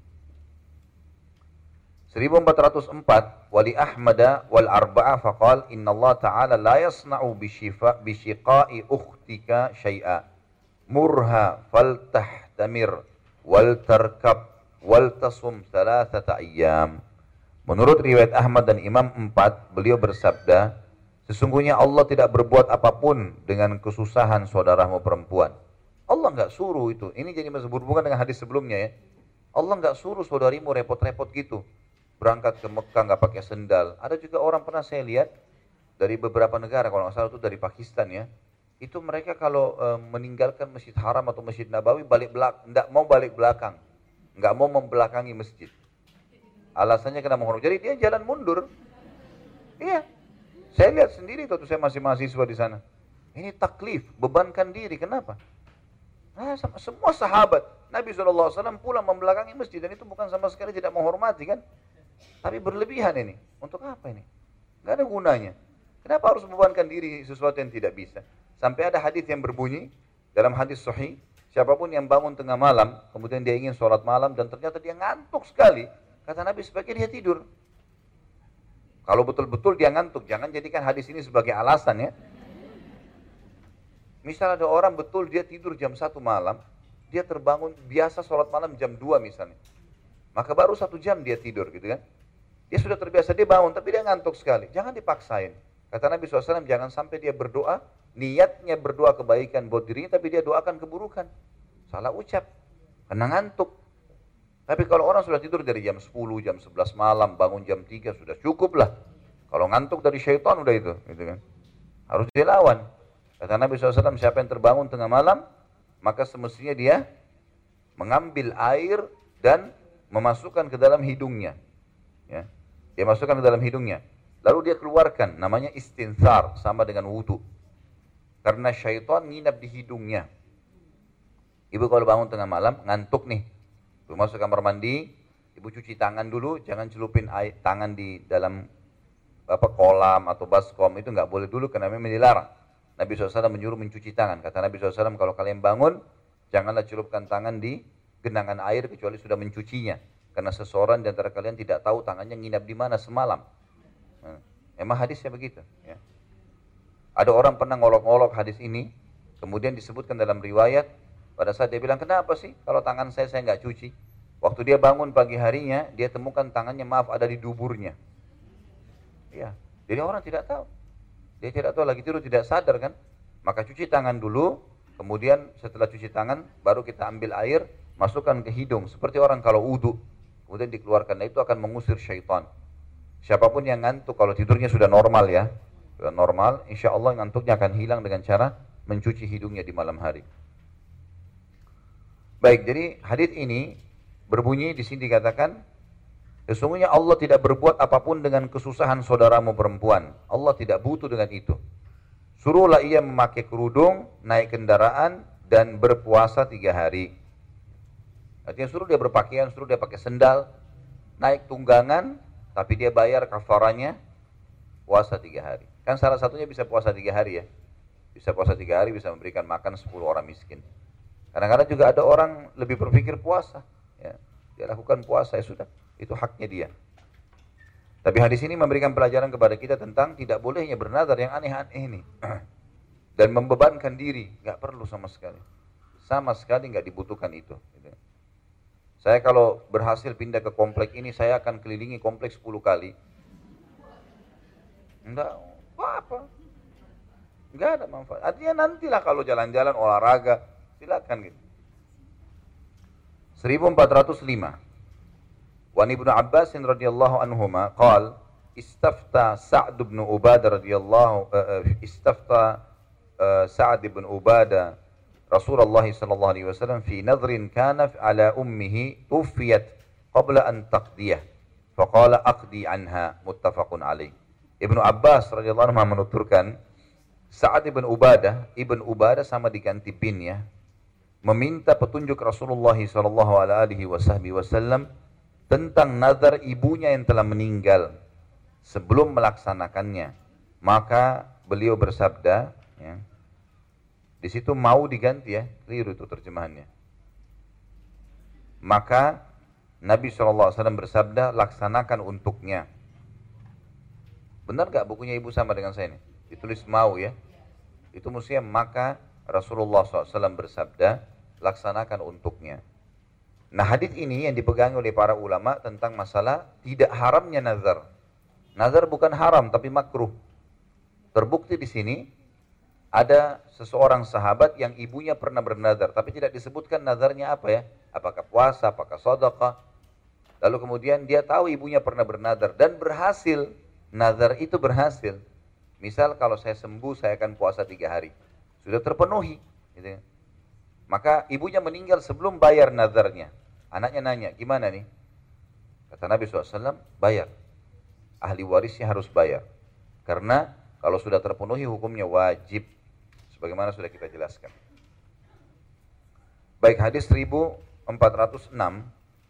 seribu empat ratus empat wali Ahmad wal arba'a faqal inna Allah ta'ala la yasna'u bishifa bishiqa'i ukhtika syai'a murha faltahtamir wal tarkab wal tasum thalathata ayyam. Menurut riwayat Ahmad dan Imam empat, beliau bersabda, sesungguhnya Allah tidak berbuat apapun dengan kesusahan saudaramu perempuan. Allah enggak suruh itu. Ini jadi berhubungan dengan hadis sebelumnya ya. Allah enggak suruh saudarimu repot-repot gitu. Berangkat ke Mekah nggak pakai sendal. Ada juga orang pernah saya lihat dari beberapa negara, kalau nggak salah itu dari Pakistan ya, itu mereka kalau e, meninggalkan Masjid Haram atau Masjid Nabawi balik belak, nggak mau balik belakang, nggak mau membelakangi masjid. Alasannya karena menghormati. Jadi dia jalan mundur. Iya, saya lihat sendiri waktu saya masih mahasiswa di sana. Ini taklif, bebankan diri. Kenapa? Nah, sama, semua sahabat Nabi shallallahu alaihi wasallam pulang membelakangi masjid dan itu bukan sama sekali tidak menghormati kan? Tapi berlebihan ini. Untuk apa ini? Gak ada gunanya. Kenapa harus membebankan diri sesuatu yang tidak bisa? Sampai ada hadis yang berbunyi, dalam hadis sahih, siapapun yang bangun tengah malam, kemudian dia ingin sholat malam, dan ternyata dia ngantuk sekali, kata Nabi sebaiknya dia tidur. Kalau betul-betul dia ngantuk, jangan jadikan hadis ini sebagai alasan ya. Misal ada orang betul dia tidur jam satu malam, dia terbangun biasa sholat malam jam dua misalnya. Maka baru satu jam dia tidur gitu kan. Dia sudah terbiasa, dia bangun tapi dia ngantuk sekali. Jangan dipaksain. Kata Nabi shallallahu alaihi wasallam, jangan sampai dia berdoa, niatnya berdoa kebaikan buat dirinya, tapi dia doakan keburukan. Salah ucap, karena ngantuk. Tapi kalau orang sudah tidur dari jam sepuluh, jam sebelas malam, bangun jam tiga, sudah cukup lah. Kalau ngantuk dari syaitan udah itu. Gitu kan. Harus dilawan. Kata Nabi shallallahu alaihi wasallam, siapa yang terbangun tengah malam, maka semestinya dia mengambil air dan memasukkan ke dalam hidungnya, ya. Dia masukkan ke dalam hidungnya, lalu dia keluarkan, namanya istinthar, sama dengan wudu. Karena syaitan nginap di hidungnya. Ibu kalau bangun tengah malam, ngantuk nih, ibu masuk kamar mandi, ibu cuci tangan dulu, jangan celupin air, tangan di dalam apa kolam atau baskom, itu nggak boleh dulu karena memang dilarang. Nabi shallallahu alaihi wasallam menyuruh mencuci tangan. Kata Nabi shallallahu alaihi wasallam, kalau kalian bangun, janganlah celupkan tangan di genangan air kecuali sudah mencucinya. Karena seseorang di antara kalian tidak tahu tangannya nginap di mana semalam. Nah, emang hadisnya begitu. Ya. Ada orang pernah ngolok-ngolok hadis ini, kemudian disebutkan dalam riwayat, pada saat dia bilang, kenapa sih kalau tangan saya saya nggak cuci? Waktu dia bangun pagi harinya, dia temukan tangannya, maaf, ada di duburnya. Ya, jadi orang tidak tahu. Dia tidak tahu, lagi tidur tidak sadar kan. Maka cuci tangan dulu, kemudian setelah cuci tangan, baru kita ambil air, masukkan ke hidung. Seperti orang kalau wudu, kemudian dikeluarkan. Nah, itu akan mengusir syaitan. Siapapun yang ngantuk, kalau tidurnya sudah normal ya, sudah normal, insya Allah ngantuknya akan hilang dengan cara mencuci hidungnya di malam hari. Baik, jadi hadits ini berbunyi di sini dikatakan, sesungguhnya Allah tidak berbuat apapun dengan kesusahan saudaramu perempuan. Allah tidak butuh dengan itu. Suruhlah ia memakai kerudung, naik kendaraan, dan berpuasa tiga hari. Artinya suruh dia berpakaian, suruh dia pakai sendal, naik tunggangan, tapi dia bayar kafaranya puasa tiga hari. Kan salah satunya bisa puasa tiga hari ya. Bisa puasa tiga hari, bisa memberikan makan sepuluh orang miskin. Kadang-kadang juga ada orang lebih berpikir puasa. Ya, dia lakukan puasa, ya sudah. Itu haknya dia. Tapi hadis ini memberikan pelajaran kepada kita tentang tidak bolehnya bernazar yang aneh-aneh ini. Dan membebankan diri. Nggak perlu sama sekali. Sama sekali nggak dibutuhkan itu. Saya kalau berhasil pindah ke komplek ini, saya akan kelilingi kompleks sepuluh kali. Enggak apa-apa. Enggak ada manfaat. Artinya nantilah kalau jalan-jalan olahraga, silakan gitu. seribu empat ratus lima. Wa Ibnu Abbas radhiyallahu anhuma qala istafta Sa'd bin Ubadah radhiyallahu uh, istafta uh, Sa'd bin Ubadah Rasulullah sallallahu alaihi wasallam fi nadhrin kana ala ummihi tuffiyat qabla an taqdiyah faqala aqdi anha muttafaqun alaih. Ibnu Abbas radhiyallahu anhu menuturkan Sa'ad bin Ubadah, Ibn Ubadah sama diganti bin ya, meminta petunjuk Rasulullah sallallahu alaihi wasallam tentang nazar ibunya yang telah meninggal sebelum melaksanakannya. Maka beliau bersabda, ya, di situ mau diganti ya, keliru itu terjemahannya. Maka Nabi shallallahu alaihi wasallam bersabda, laksanakan untuknya. Benar gak bukunya ibu sama dengan saya ini? Ditulis mau ya. Itu mestinya maka Rasulullah shallallahu alaihi wasallam bersabda, laksanakan untuknya. Nah hadits ini yang dipegang oleh para ulama tentang masalah tidak haramnya nazar. Nazar bukan haram tapi makruh. Terbukti di sini ada seseorang sahabat yang ibunya pernah bernazar, tapi tidak disebutkan nazarnya apa ya, apakah puasa, apakah sedekah. Lalu kemudian dia tahu ibunya pernah bernazar dan berhasil, nazar itu berhasil. Misal kalau saya sembuh saya akan puasa tiga hari, sudah terpenuhi. Gitu. Maka ibunya meninggal sebelum bayar nazarnya. Anaknya nanya, gimana nih? Kata Nabi shallallahu alaihi wasallam, bayar. Ahli warisnya harus bayar. Karena kalau sudah terpenuhi hukumnya wajib. Sebagaimana sudah kita jelaskan. Baik, hadis seribu empat ratus enam.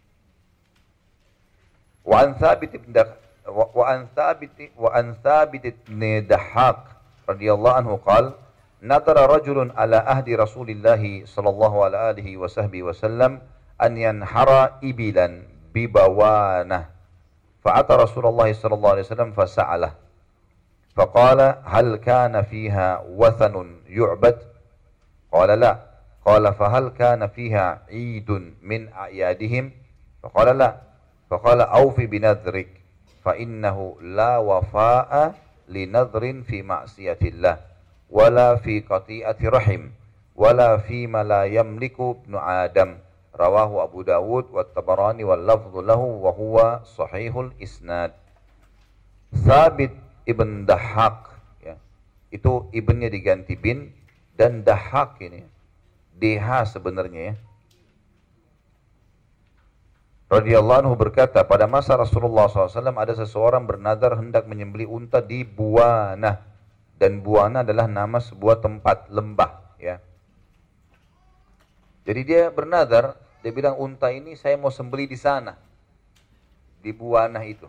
Wa an Thabit ibn wa an Thabit wa an Thabit ibn Dahhak radhiyallahu anhu qala nadara rajulun ala ahdi Rasulillah sallallahu alaihi wasallam an yanhara ibilan bibawanah fa'ata Rasulullah sallallahu alaihi wasallam fasa'alah faqala hal kana fiha wathanun yu'bad qala la qala fahal kana fiha 'idun min a'yadihim faqala la faqala awfi binadhrik fa innahu la wafa'a linadhrin fi ma'siyatillah wala fi qati'ati rahim wala fi ma la yamliku ibnu adam. Rawahu Abu Dawud wa Tabarani wal lafdhu lahu wa huwa sahihul isnad. Thabit ibn Dahhak ya. Itu ibnnya diganti bin dan Dahhak ini D H sebenarnya ya. Radhiyallahu anhu berkata, pada masa Rasulullah shallallahu alaihi wasallam ada seseorang bernazar hendak menyembelih unta di Buwana, dan Buwana adalah nama sebuah tempat lembah ya. Jadi dia bernazar, dia bilang unta ini saya mau sembelih di sana, di Buwana itu.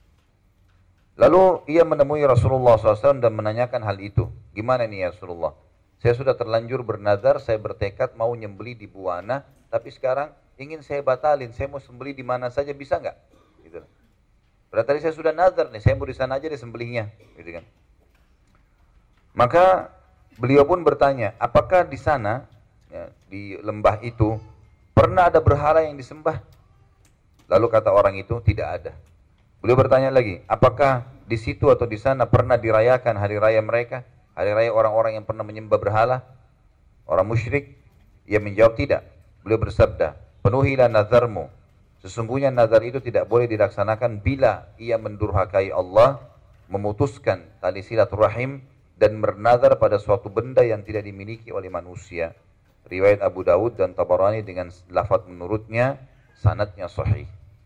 Lalu ia menemui Rasulullah shallallahu alaihi wasallam dan menanyakan hal itu. Gimana nih ya Rasulullah? Saya sudah terlanjur bernazar, saya bertekad mau nyembelih di Buwana, tapi sekarang ingin saya batalin, saya mau sembelih di mana saja, bisa nggak? Gitu. Berarti tadi saya sudah nazar nih, saya mau di sana aja deh sembelihnya, gitu kan. Maka beliau pun bertanya, apakah di sana, ya, di lembah itu, pernah ada berhala yang disembah? Lalu kata orang itu, tidak ada. Beliau bertanya lagi, apakah di situ atau di sana pernah dirayakan hari raya mereka? Hari raya orang-orang yang pernah menyembah berhala? Orang musyrik? Ia menjawab tidak. Beliau bersabda, penuhilah nazarmu. Sesungguhnya nazar itu tidak boleh dilaksanakan bila ia mendurhakai Allah, memutuskan tali silaturahim, dan bernazar pada suatu benda yang tidak dimiliki oleh manusia. Riwayat Abu Dawud dan Tabarani dengan lafaz menurutnya, sanadnya sahih.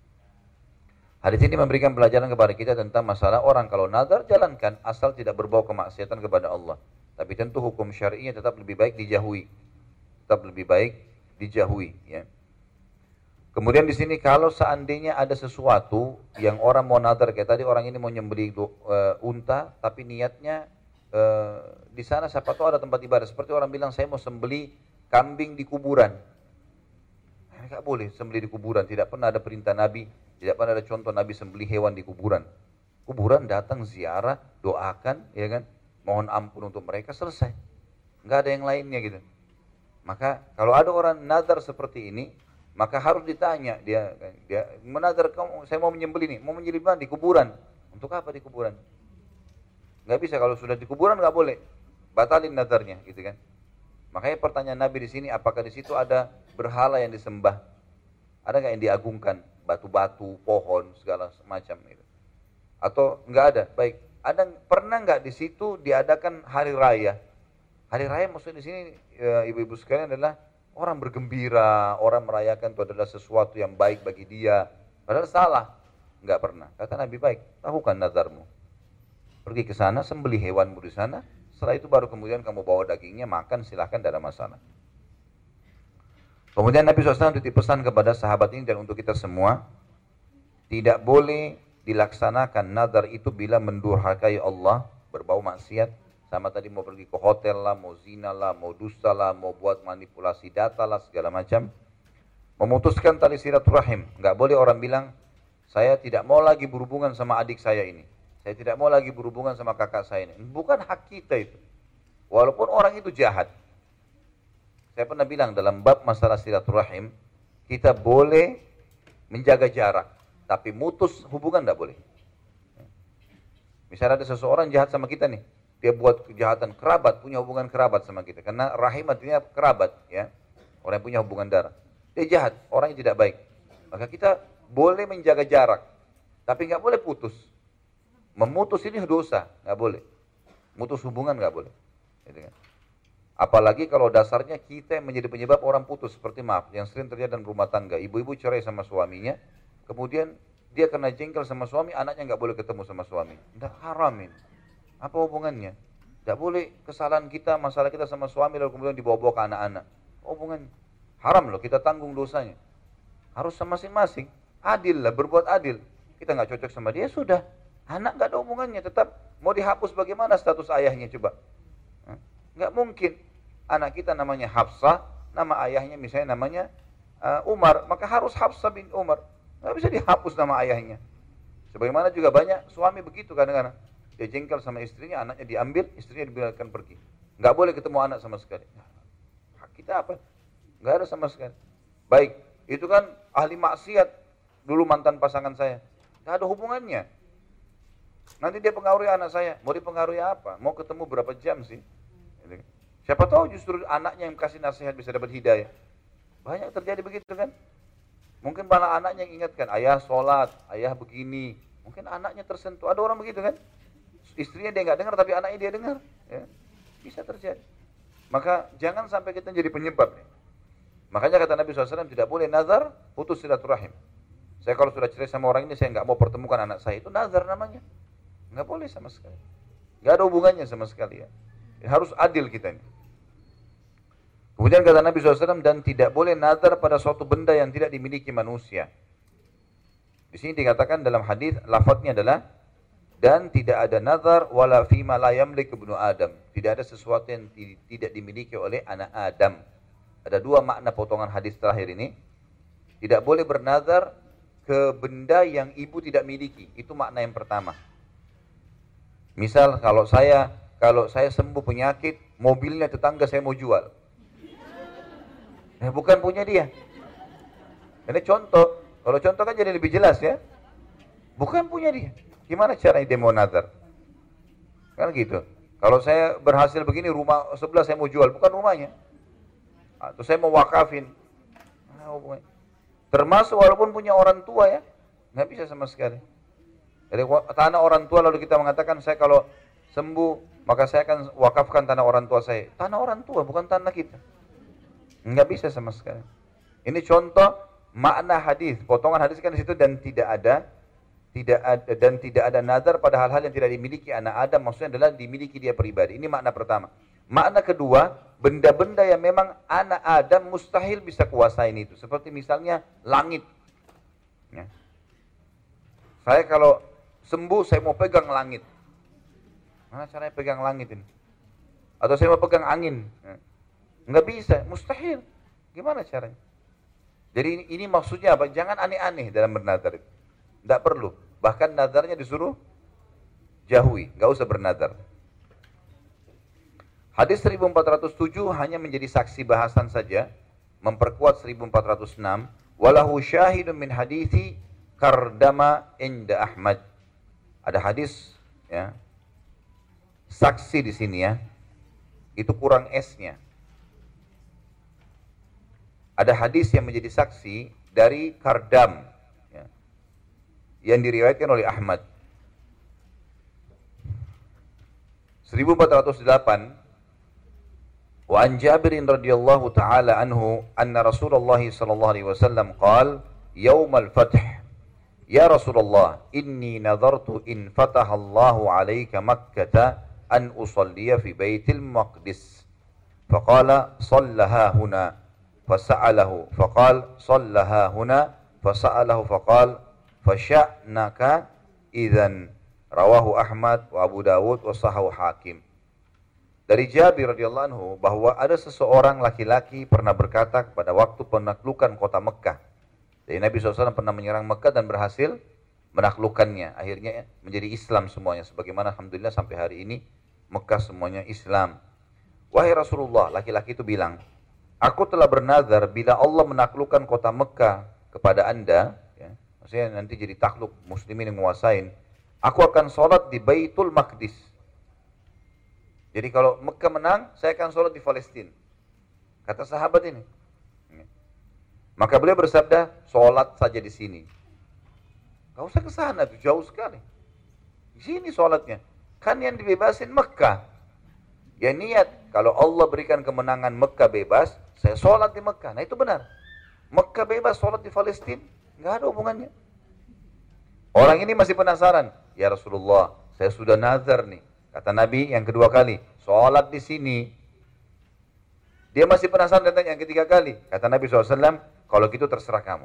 Hadis ini memberikan pelajaran kepada kita tentang masalah orang kalau nazar jalankan asal tidak berbau kemaksiatan kepada Allah. Tapi tentu hukum syar'inya tetap lebih baik dijauhi. Tetap lebih baik dijauhi, ya. Kemudian di sini kalau seandainya ada sesuatu yang orang mau nazar, kayak tadi orang ini mau nyembelih uh, unta, tapi niatnya uh, di sana siapa tahu ada tempat ibadah. Seperti orang bilang saya mau sembelih kambing di kuburan. Enggak boleh sembelih di kuburan. Tidak pernah ada perintah Nabi. Tidak pernah ada contoh Nabi sembelih hewan di kuburan. Kuburan datang ziarah, doakan, ya kan, mohon ampun untuk mereka, selesai. Nggak ada yang lainnya gitu. Maka kalau ada orang nazar seperti ini, maka harus ditanya dia, dia menazar, kamu, saya mau menyembelih nih, mau menyembelih di kuburan. Untuk apa di kuburan? Nggak bisa, kalau sudah di kuburan nggak boleh, batalin nazarnya, gitu kan. Makanya pertanyaan Nabi di sini, apakah di situ ada berhala yang disembah? Ada nggak yang diagungkan? Batu-batu, pohon, segala macam itu. Atau nggak ada? Baik. Ada pernah nggak di situ diadakan hari raya? Hari raya maksudnya di sini ya, ibu-ibu sekalian adalah orang bergembira, orang merayakan itu adalah sesuatu yang baik bagi dia. Padahal salah. Nggak pernah. Kata Nabi, baik, lakukan nazarmu. Pergi ke sana, sembelih hewanmu di sana. Setelah itu baru kemudian kamu bawa dagingnya, makan, silahkan, tidak ada masalah. Kemudian Nabi shallallahu alaihi wasallam titip pesan kepada sahabat ini dan untuk kita semua, tidak boleh dilaksanakan nazar itu bila mendurhakai Allah, berbau maksiat, sama tadi mau pergi ke hotel lah, mau zina lah, mau dusta lah, mau buat manipulasi data lah, segala macam. Memutuskan tali silaturahim, nggak boleh orang bilang, saya tidak mau lagi berhubungan sama adik saya ini, saya tidak mau lagi berhubungan sama kakak saya ini. Bukan hak kita itu, walaupun orang itu jahat. Saya pernah bilang dalam bab masalah silaturahim, kita boleh menjaga jarak, tapi mutus hubungan tidak boleh. Misalnya ada seseorang jahat sama kita nih, dia buat kejahatan kerabat, punya hubungan kerabat sama kita, karena rahim artinya kerabat, ya, orang yang punya hubungan darah. Dia jahat, orang yang tidak baik. Maka kita boleh menjaga jarak, tapi nggak boleh putus. Memutus ini dosa, nggak boleh. Mutus hubungan nggak boleh. Gitu kan? Apalagi kalau dasarnya kita yang menjadi penyebab orang putus, seperti maaf, yang sering terjadi dalam rumah tangga. Ibu-ibu cerai sama suaminya, kemudian dia kena jengkel sama suami, anaknya nggak boleh ketemu sama suami. Tidak, haram ini. Apa hubungannya? Tidak boleh kesalahan kita, masalah kita sama suami, lalu kemudian dibawa-bawa ke anak-anak. Hubungannya haram loh, kita tanggung dosanya. Harus sama masing-masing. Adil lah, berbuat adil. Kita nggak cocok sama dia, sudah. Anak nggak ada hubungannya, tetap mau dihapus bagaimana status ayahnya coba? Nggak mungkin. Anak kita namanya Hafsah, nama ayahnya misalnya namanya uh, Umar, maka harus Hafsah bin Umar. Nggak bisa dihapus nama ayahnya. Sebagaimana juga banyak suami begitu kadang-kadang. Dia jengkel sama istrinya, anaknya diambil, istrinya dibiarkan pergi. Nggak boleh ketemu anak sama sekali. Hak kita apa? Nggak ada sama sekali. Baik, itu kan ahli maksiat, dulu mantan pasangan saya. Nggak ada hubungannya. Nanti dia pengaruhi anak saya. Mau dipengaruhi apa? Mau ketemu berapa jam sih? Siapa tahu justru anaknya yang kasih nasihat bisa dapat hidayah. Banyak terjadi begitu kan. Mungkin malah anaknya yang ingatkan, ayah sholat, ayah begini. Mungkin anaknya tersentuh. Ada orang begitu kan. Istrinya dia nggak dengar tapi anaknya dia dengar. Ya. Bisa terjadi. Maka jangan sampai kita jadi penyebab. Nih. Makanya kata Nabi shallallahu alaihi wasallam tidak boleh nazar putus silaturahim. Saya kalau sudah cerai sama orang ini saya nggak mau pertemukan anak saya. Itu nazar namanya. Nggak boleh sama sekali. Nggak ada hubungannya sama sekali ya. Harus adil kita ini. Kemudian kata Nabi shallallahu alaihi wasallam, dan tidak boleh nazar pada suatu benda yang tidak dimiliki manusia. Di sini dikatakan dalam hadis, lafadznya adalah, dan tidak ada nazar wala fima la yamlik ibnu Adam. Tidak ada sesuatu yang tidak dimiliki oleh anak Adam. Ada dua makna potongan hadis terakhir ini. Tidak boleh bernazar ke benda yang ibu tidak miliki. Itu makna yang pertama. Misal kalau saya kalau saya sembuh penyakit, mobilnya tetangga saya mau jual. Eh, bukan punya dia. Ini contoh. Kalau contoh kan jadi lebih jelas ya. Bukan punya dia. Gimana caranya dia mau nazar? Kan gitu. Kalau saya berhasil begini, rumah sebelah saya mau jual, bukan rumahnya. Atau saya mau wakafin. Termasuk walaupun punya orang tua ya, nggak bisa sama sekali. Jadi tanah orang tua lalu kita mengatakan saya kalau sembuh maka saya akan wakafkan tanah orang tua saya. Tanah orang tua bukan tanah kita. Nggak bisa sama sekali. Ini contoh makna hadis. Potongan hadis kan di situ dan tidak ada tidak ada dan tidak ada nazar pada hal-hal yang tidak dimiliki anak Adam, maksudnya adalah dimiliki dia pribadi. Ini makna pertama. Makna kedua, benda-benda yang memang anak Adam mustahil bisa kuasain itu. Seperti misalnya langit. Ya. Saya kalau sembuh, saya mau pegang langit. Mana caranya pegang langit ini? Atau saya mau pegang angin. Ya. Nggak bisa, mustahil. Gimana caranya? Jadi ini, ini maksudnya apa? Jangan aneh-aneh dalam bernazar itu. Tidak perlu. Bahkan nazarnya disuruh jauhi. Nggak usah bernazar. Hadis seribu empat ratus tujuh hanya menjadi saksi bahasan saja. Memperkuat seribu empat ratus enam. Walahu syahidun min hadithi kardama inda Ahmad. Ada hadis ya. Saksi di sini ya. Itu kurang S-nya. Ada hadis yang menjadi saksi dari Kardam ya, yang diriwayatkan oleh Ahmad. seribu empat ratus delapan Wa an Jabirin radhiyallahu taala anhu anna Rasulullah sallallahu alaihi wasallam qala yaum al-fath ya Rasulullah inni nadartu in fataha Allahu alayka Makkah an usalliya fi Baitil Maqdis faqala sallaha huna fasa'alahu faqal sallaha huna fasa'alahu faqal fasya'naka idzan rawahu Ahmad wa Abu Dawud wa sahahu Hakim. Dari Jabir radhiyallahu anhu bahwa ada seseorang laki-laki pernah berkata pada waktu penaklukan kota Mekah. Jadi Nabi shallallahu alaihi wasallam pernah menyerang Mekah dan berhasil menaklukkannya. Akhirnya menjadi Islam semuanya. Sebagaimana alhamdulillah sampai hari ini Mekah semuanya Islam. Wahai Rasulullah, laki-laki itu bilang, aku telah bernazar bila Allah menaklukkan kota Mekah kepada anda, ya, maksudnya nanti jadi takluk muslimin yang menguasain, aku akan sholat di Baitul Maqdis. Jadi kalau Mekah menang, saya akan sholat di Palestina. Kata sahabat ini. Maka beliau bersabda, sholat saja di sini. Gak usah ke sana, itu jauh sekali. Di sini sholatnya. Kan yang dibebasin Mekah. Ya niat, kalau Allah berikan kemenangan Mekah bebas, saya sholat di Mekah. Nah itu benar. Mekah bebas, sholat di Palestina. Nggak ada hubungannya. Orang ini masih penasaran. Ya Rasulullah, saya sudah nazar nih. Kata Nabi yang kedua kali, sholat di sini. Dia masih penasaran datang yang ketiga kali. Kata Nabi shallallahu alaihi wasallam, kalau gitu terserah kamu.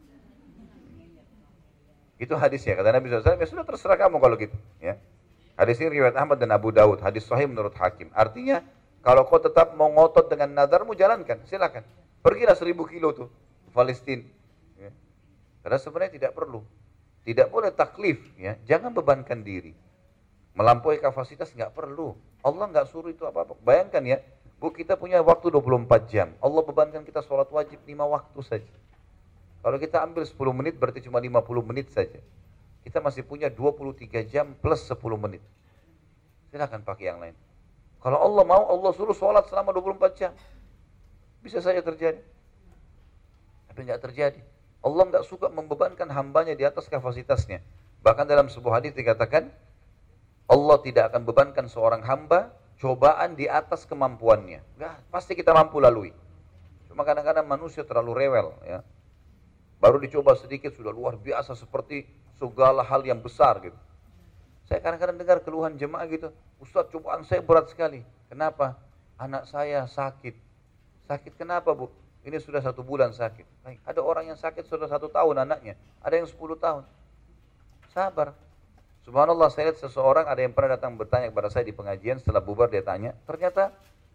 Itu hadisnya. Kata Nabi shallallahu alaihi wasallam, ya sudah terserah kamu kalau gitu. Ya. Hadis ini riwayat Ahmad dan Abu Dawud. Hadis sahih menurut Hakim. Artinya, kalau kau tetap mau ngotot dengan nazarmu, jalankan. Silakan. Pergilah seribu kilo tuh ke Palestina. Ya. Karena sebenarnya tidak perlu. Tidak boleh taklif. Ya. Jangan bebankan diri. Melampaui kapasitas nggak perlu. Allah nggak suruh itu apa-apa. Bayangkan ya, Bu, kita punya waktu dua puluh empat jam. Allah bebankan kita sholat wajib lima waktu saja. Kalau kita ambil sepuluh menit, berarti cuma lima puluh menit saja. Kita masih punya dua puluh tiga jam plus sepuluh menit. Silakan pakai yang lain. Kalau Allah mau, Allah suruh sholat selama dua puluh empat jam. Bisa saja terjadi. Tapi nggak terjadi. Allah nggak suka membebankan hambanya di atas kapasitasnya. Bahkan dalam sebuah hadis dikatakan, Allah tidak akan bebankan seorang hamba cobaan di atas kemampuannya. Nggak, pasti kita mampu lalui. Cuma kadang-kadang manusia terlalu rewel. Ya. Baru dicoba sedikit sudah luar biasa seperti segala hal yang besar gitu. Saya kadang-kadang dengar keluhan jemaah gitu, Ustaz, cobaan saya berat sekali. Kenapa? Anak saya sakit. Sakit kenapa, Bu? Ini sudah satu bulan sakit. Ada orang yang sakit sudah satu tahun anaknya. Ada yang sepuluh tahun. Sabar. Subhanallah, saya lihat seseorang ada yang pernah datang bertanya kepada saya di pengajian, setelah bubar dia tanya, ternyata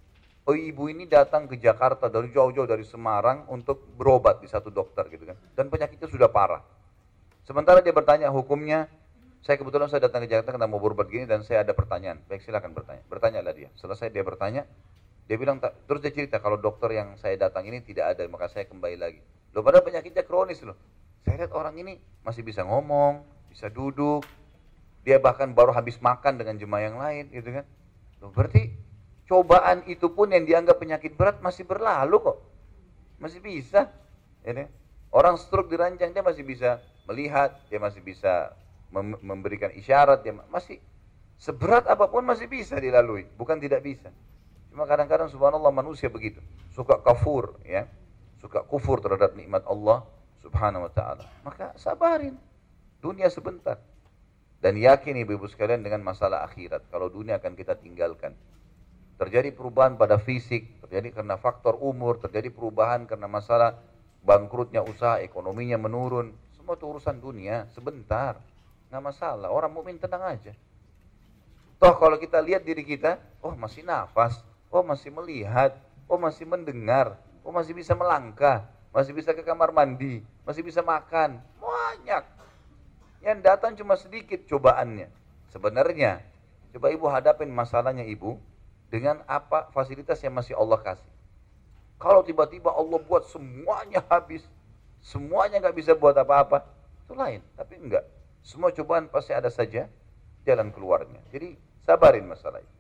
oh ibu ini datang ke Jakarta dari jauh-jauh dari Semarang untuk berobat di satu dokter gitu kan. Dan penyakitnya sudah parah. Sementara dia bertanya hukumnya, saya kebetulan saya datang ke Jakarta karena mau berobat gini dan saya ada pertanyaan. Baik, silakan bertanya. Bertanyalah dia. Selesai dia bertanya, dia bilang, terus dia cerita kalau dokter yang saya datang ini tidak ada, maka saya kembali lagi. Loh, padahal penyakitnya kronis loh. Saya lihat orang ini masih bisa ngomong, bisa duduk. Dia bahkan baru habis makan dengan jemaah yang lain gitu kan. Loh, berarti cobaan itu pun yang dianggap penyakit berat masih berlalu kok. Masih bisa. Ya, orang stroke dirancang dia masih bisa melihat, dia masih bisa mem memberikan isyarat, dia masih seberat apapun masih bisa dilalui, bukan tidak bisa. Cuma kadang-kadang subhanallah manusia begitu, suka kafur ya, suka kufur terhadap nikmat Allah subhanahu wa ta'ala. Maka sabarin, dunia sebentar. Dan yakin ibu-ibu sekalian dengan masalah akhirat, kalau dunia akan kita tinggalkan. Terjadi perubahan pada fisik, terjadi karena faktor umur, terjadi perubahan karena masalah bangkrutnya usaha, ekonominya menurun. Semua itu urusan dunia, sebentar. Nggak masalah, orang mukmin tenang aja. Toh kalau kita lihat diri kita, oh masih nafas, oh masih melihat, oh masih mendengar, oh masih bisa melangkah, masih bisa ke kamar mandi, masih bisa makan. Banyak. Yang datang cuma sedikit cobaannya. Sebenarnya, coba ibu hadapin masalahnya ibu dengan apa fasilitas yang masih Allah kasih. Kalau tiba-tiba Allah buat semuanya habis, semuanya nggak bisa buat apa-apa, itu lain. Tapi enggak, semua cobaan pasti ada saja jalan keluarnya. Jadi sabarin masalah itu.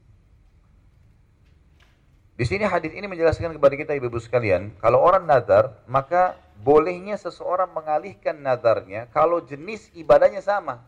Di sini hadis ini menjelaskan kepada kita ibu-ibu sekalian, kalau orang nazar, maka bolehnya seseorang mengalihkan nazarnya kalau jenis ibadahnya sama.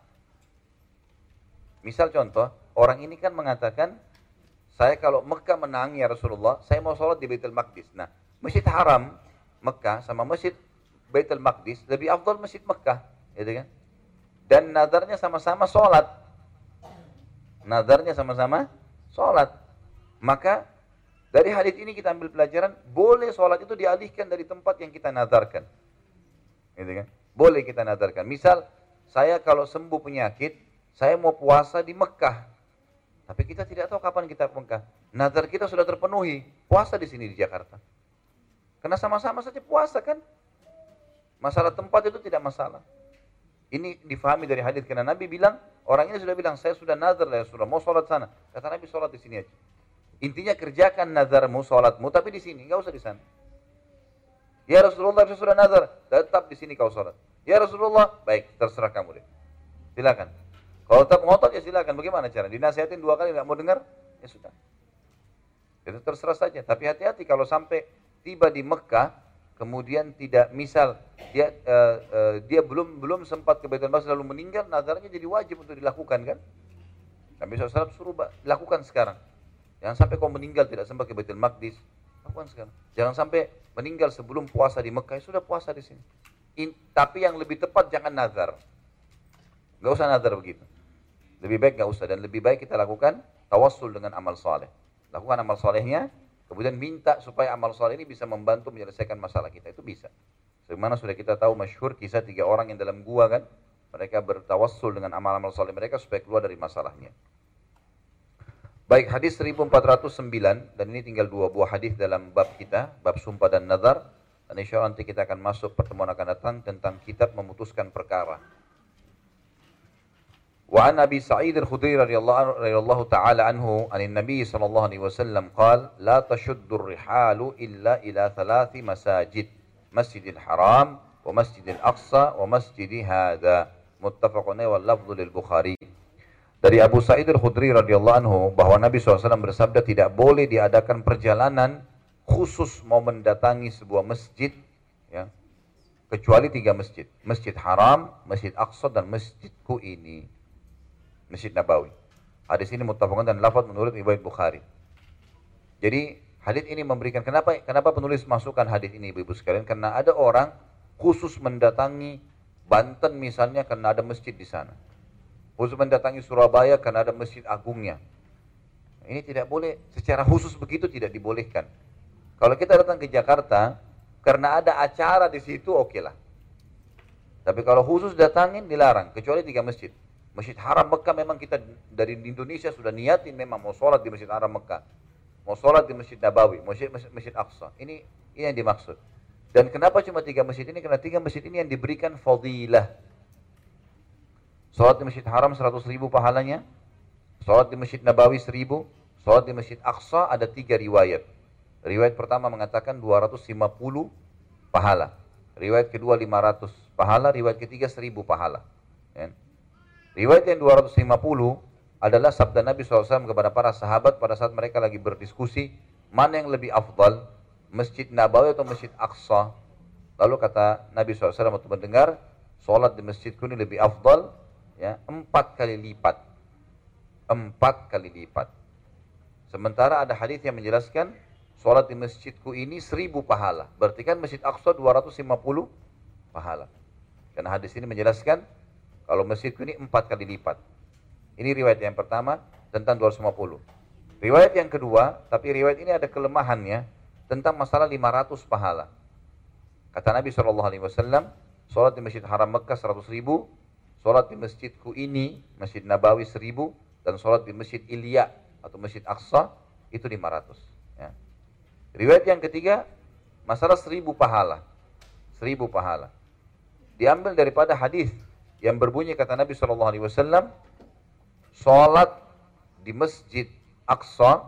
Misal contoh, orang ini kan mengatakan, saya kalau Mekah menang ya Rasulullah, saya mau sholat di Baitul Maqdis. Nah, Masjid Haram Mekah sama Masjid Baitul Maqdis lebih afdal Masjid Mekah, gitu kan? Dan nadarnya sama-sama sholat. Nadarnya sama-sama sholat. Maka dari hadis ini kita ambil pelajaran, boleh sholat itu dialihkan dari tempat yang kita nadarkan. Gitu kan? Boleh kita nadarkan. Misal, saya kalau sembuh penyakit, saya mau puasa di Mekah. Tapi kita tidak tahu kapan kita Mekah. Nazar kita sudah terpenuhi, puasa di sini di Jakarta. Karena sama-sama saja puasa kan. Masalah tempat itu tidak masalah. Ini difahami dari hadis karena Nabi bilang, orang ini sudah bilang, saya sudah nazar ya sudah mau sholat sana. Kata Nabi, sholat di sini aja. Intinya kerjakan nazarmu, sholatmu, tapi di sini, nggak usah di sana. Ya Rasulullah, saya sudah nazar, tetap di sini kau sholat. Ya Rasulullah, baik, terserah kamu deh. Silakan. Kalau tetap ngotot ya silakan. Bagaimana cara? Dinasihatin dua kali nggak mau dengar, ya sudah. Itu terserah saja. Tapi hati-hati kalau sampai tiba di Mekah, kemudian tidak, misal dia uh, uh, dia belum belum sempat ke Baitul Maqdis lalu meninggal, nazarnya jadi wajib untuk dilakukan kan? Nabi shallallahu alaihi wasallam suruh lakukan sekarang. Jangan sampai kau meninggal tidak sempat ke Baitul Maqdis, lakukan sekarang. Jangan sampai meninggal sebelum puasa di Mekah, ya sudah puasa di sini. In, tapi yang lebih tepat jangan nazar. Gak usah nazar begitu. Lebih baik nggak usah, dan lebih baik kita lakukan tawassul dengan amal soleh. Lakukan amal solehnya, kemudian minta supaya amal soleh ini bisa membantu menyelesaikan masalah kita. Itu bisa. Sebagaimana sudah kita tahu masyhur kisah tiga orang yang dalam gua kan, mereka bertawassul dengan amal-amal soleh mereka supaya keluar dari masalahnya. Baik, hadis seribu empat ratus sembilan, dan ini tinggal dua buah hadis dalam bab kita, bab sumpah dan nazar. Dan insya Allah nanti kita akan masuk pertemuan akan datang tentang kitab memutuskan perkara. وعن أبي سعيد الخدري رضي الله, رضي الله تعالى عنه عن النبي صلى الله عليه وسلم قال لا تشد الرحال إلا إلى ثلاث مساجد مسجد الحرام ومسجد الأقصى ومسجد هذا متفق عليه واللفظ للبخاري. Dari Abu Sa'id al-Khudri radhiyallahu anhu bahwa Nabi shallallahu alaihi wasallam bersabda, tidak boleh diadakan perjalanan khusus mau mendatangi sebuah masjid ya, kecuali tiga masjid, Masjid Haram, Masjid Aqsa, dan masjidku ini, Masjid Nabawi. Hadis ini muttafaqun dan lafaz menurut riwayat Bukhari. Jadi hadis ini memberikan, kenapa kenapa penulis masukkan hadis ini ibu-ibu sekalian? Karena ada orang khusus mendatangi Banten misalnya karena ada masjid di sana. Khusus mendatangi Surabaya karena ada masjid agungnya. Ini tidak boleh, secara khusus begitu tidak dibolehkan. Kalau kita datang ke Jakarta karena ada acara di situ, oke lah. Tapi kalau khusus datangin dilarang, kecuali tiga masjid. Masjid Haram Mekah memang kita dari Indonesia sudah niatin memang mau sholat di Masjid Haram Mekah. mau sholat di Masjid Nabawi, Masjid Masjid, Masjid Aqsa. Ini ini yang dimaksud. Dan kenapa cuma tiga masjid ini? Karena tiga masjid ini yang diberikan fadilah. Sholat di Masjid Haram seratus ribu pahalanya, sholat di Masjid Nabawi seribu, sholat di Masjid Aqsa ada tiga riwayat. Riwayat pertama mengatakan dua ratus lima puluh pahala. Riwayat kedua lima ratus pahala, riwayat ketiga seribu pahala. Ya. Riwayat yang dua ratus lima puluh adalah sabda Nabi shallallahu alaihi wasallam kepada para sahabat pada saat mereka lagi berdiskusi mana yang lebih afdal, Masjid Nabawi atau Masjid Aqsa. Lalu kata Nabi shallallahu alaihi wasallam waktu mendengar, sholat di masjidku ini lebih afdal, ya, empat kali lipat. Empat kali lipat. Sementara ada hadis yang menjelaskan sholat di masjidku ini seribu pahala. Berarti kan Masjid Aqsa dua ratus lima puluh pahala. Karena hadis ini menjelaskan kalau masjidku ini empat kali lipat. Ini riwayat yang pertama tentang dua ratus lima puluh. Riwayat yang kedua, tapi riwayat ini ada kelemahannya tentang masalah lima ratus pahala. Kata Nabi shallallahu alaihi wasallam, sholat di Masjid Haram Mekah seratus ribu, sholat di masjidku ini, Masjid Nabawi seribu, dan sholat di Masjid Ilya atau Masjid Aqsa itu lima ratus. Ya. Riwayat yang ketiga, masalah seribu pahala. Seribu pahala. Diambil daripada hadis yang berbunyi kata Nabi shallallahu alaihi wasallam, sholat di Masjid Aqsa,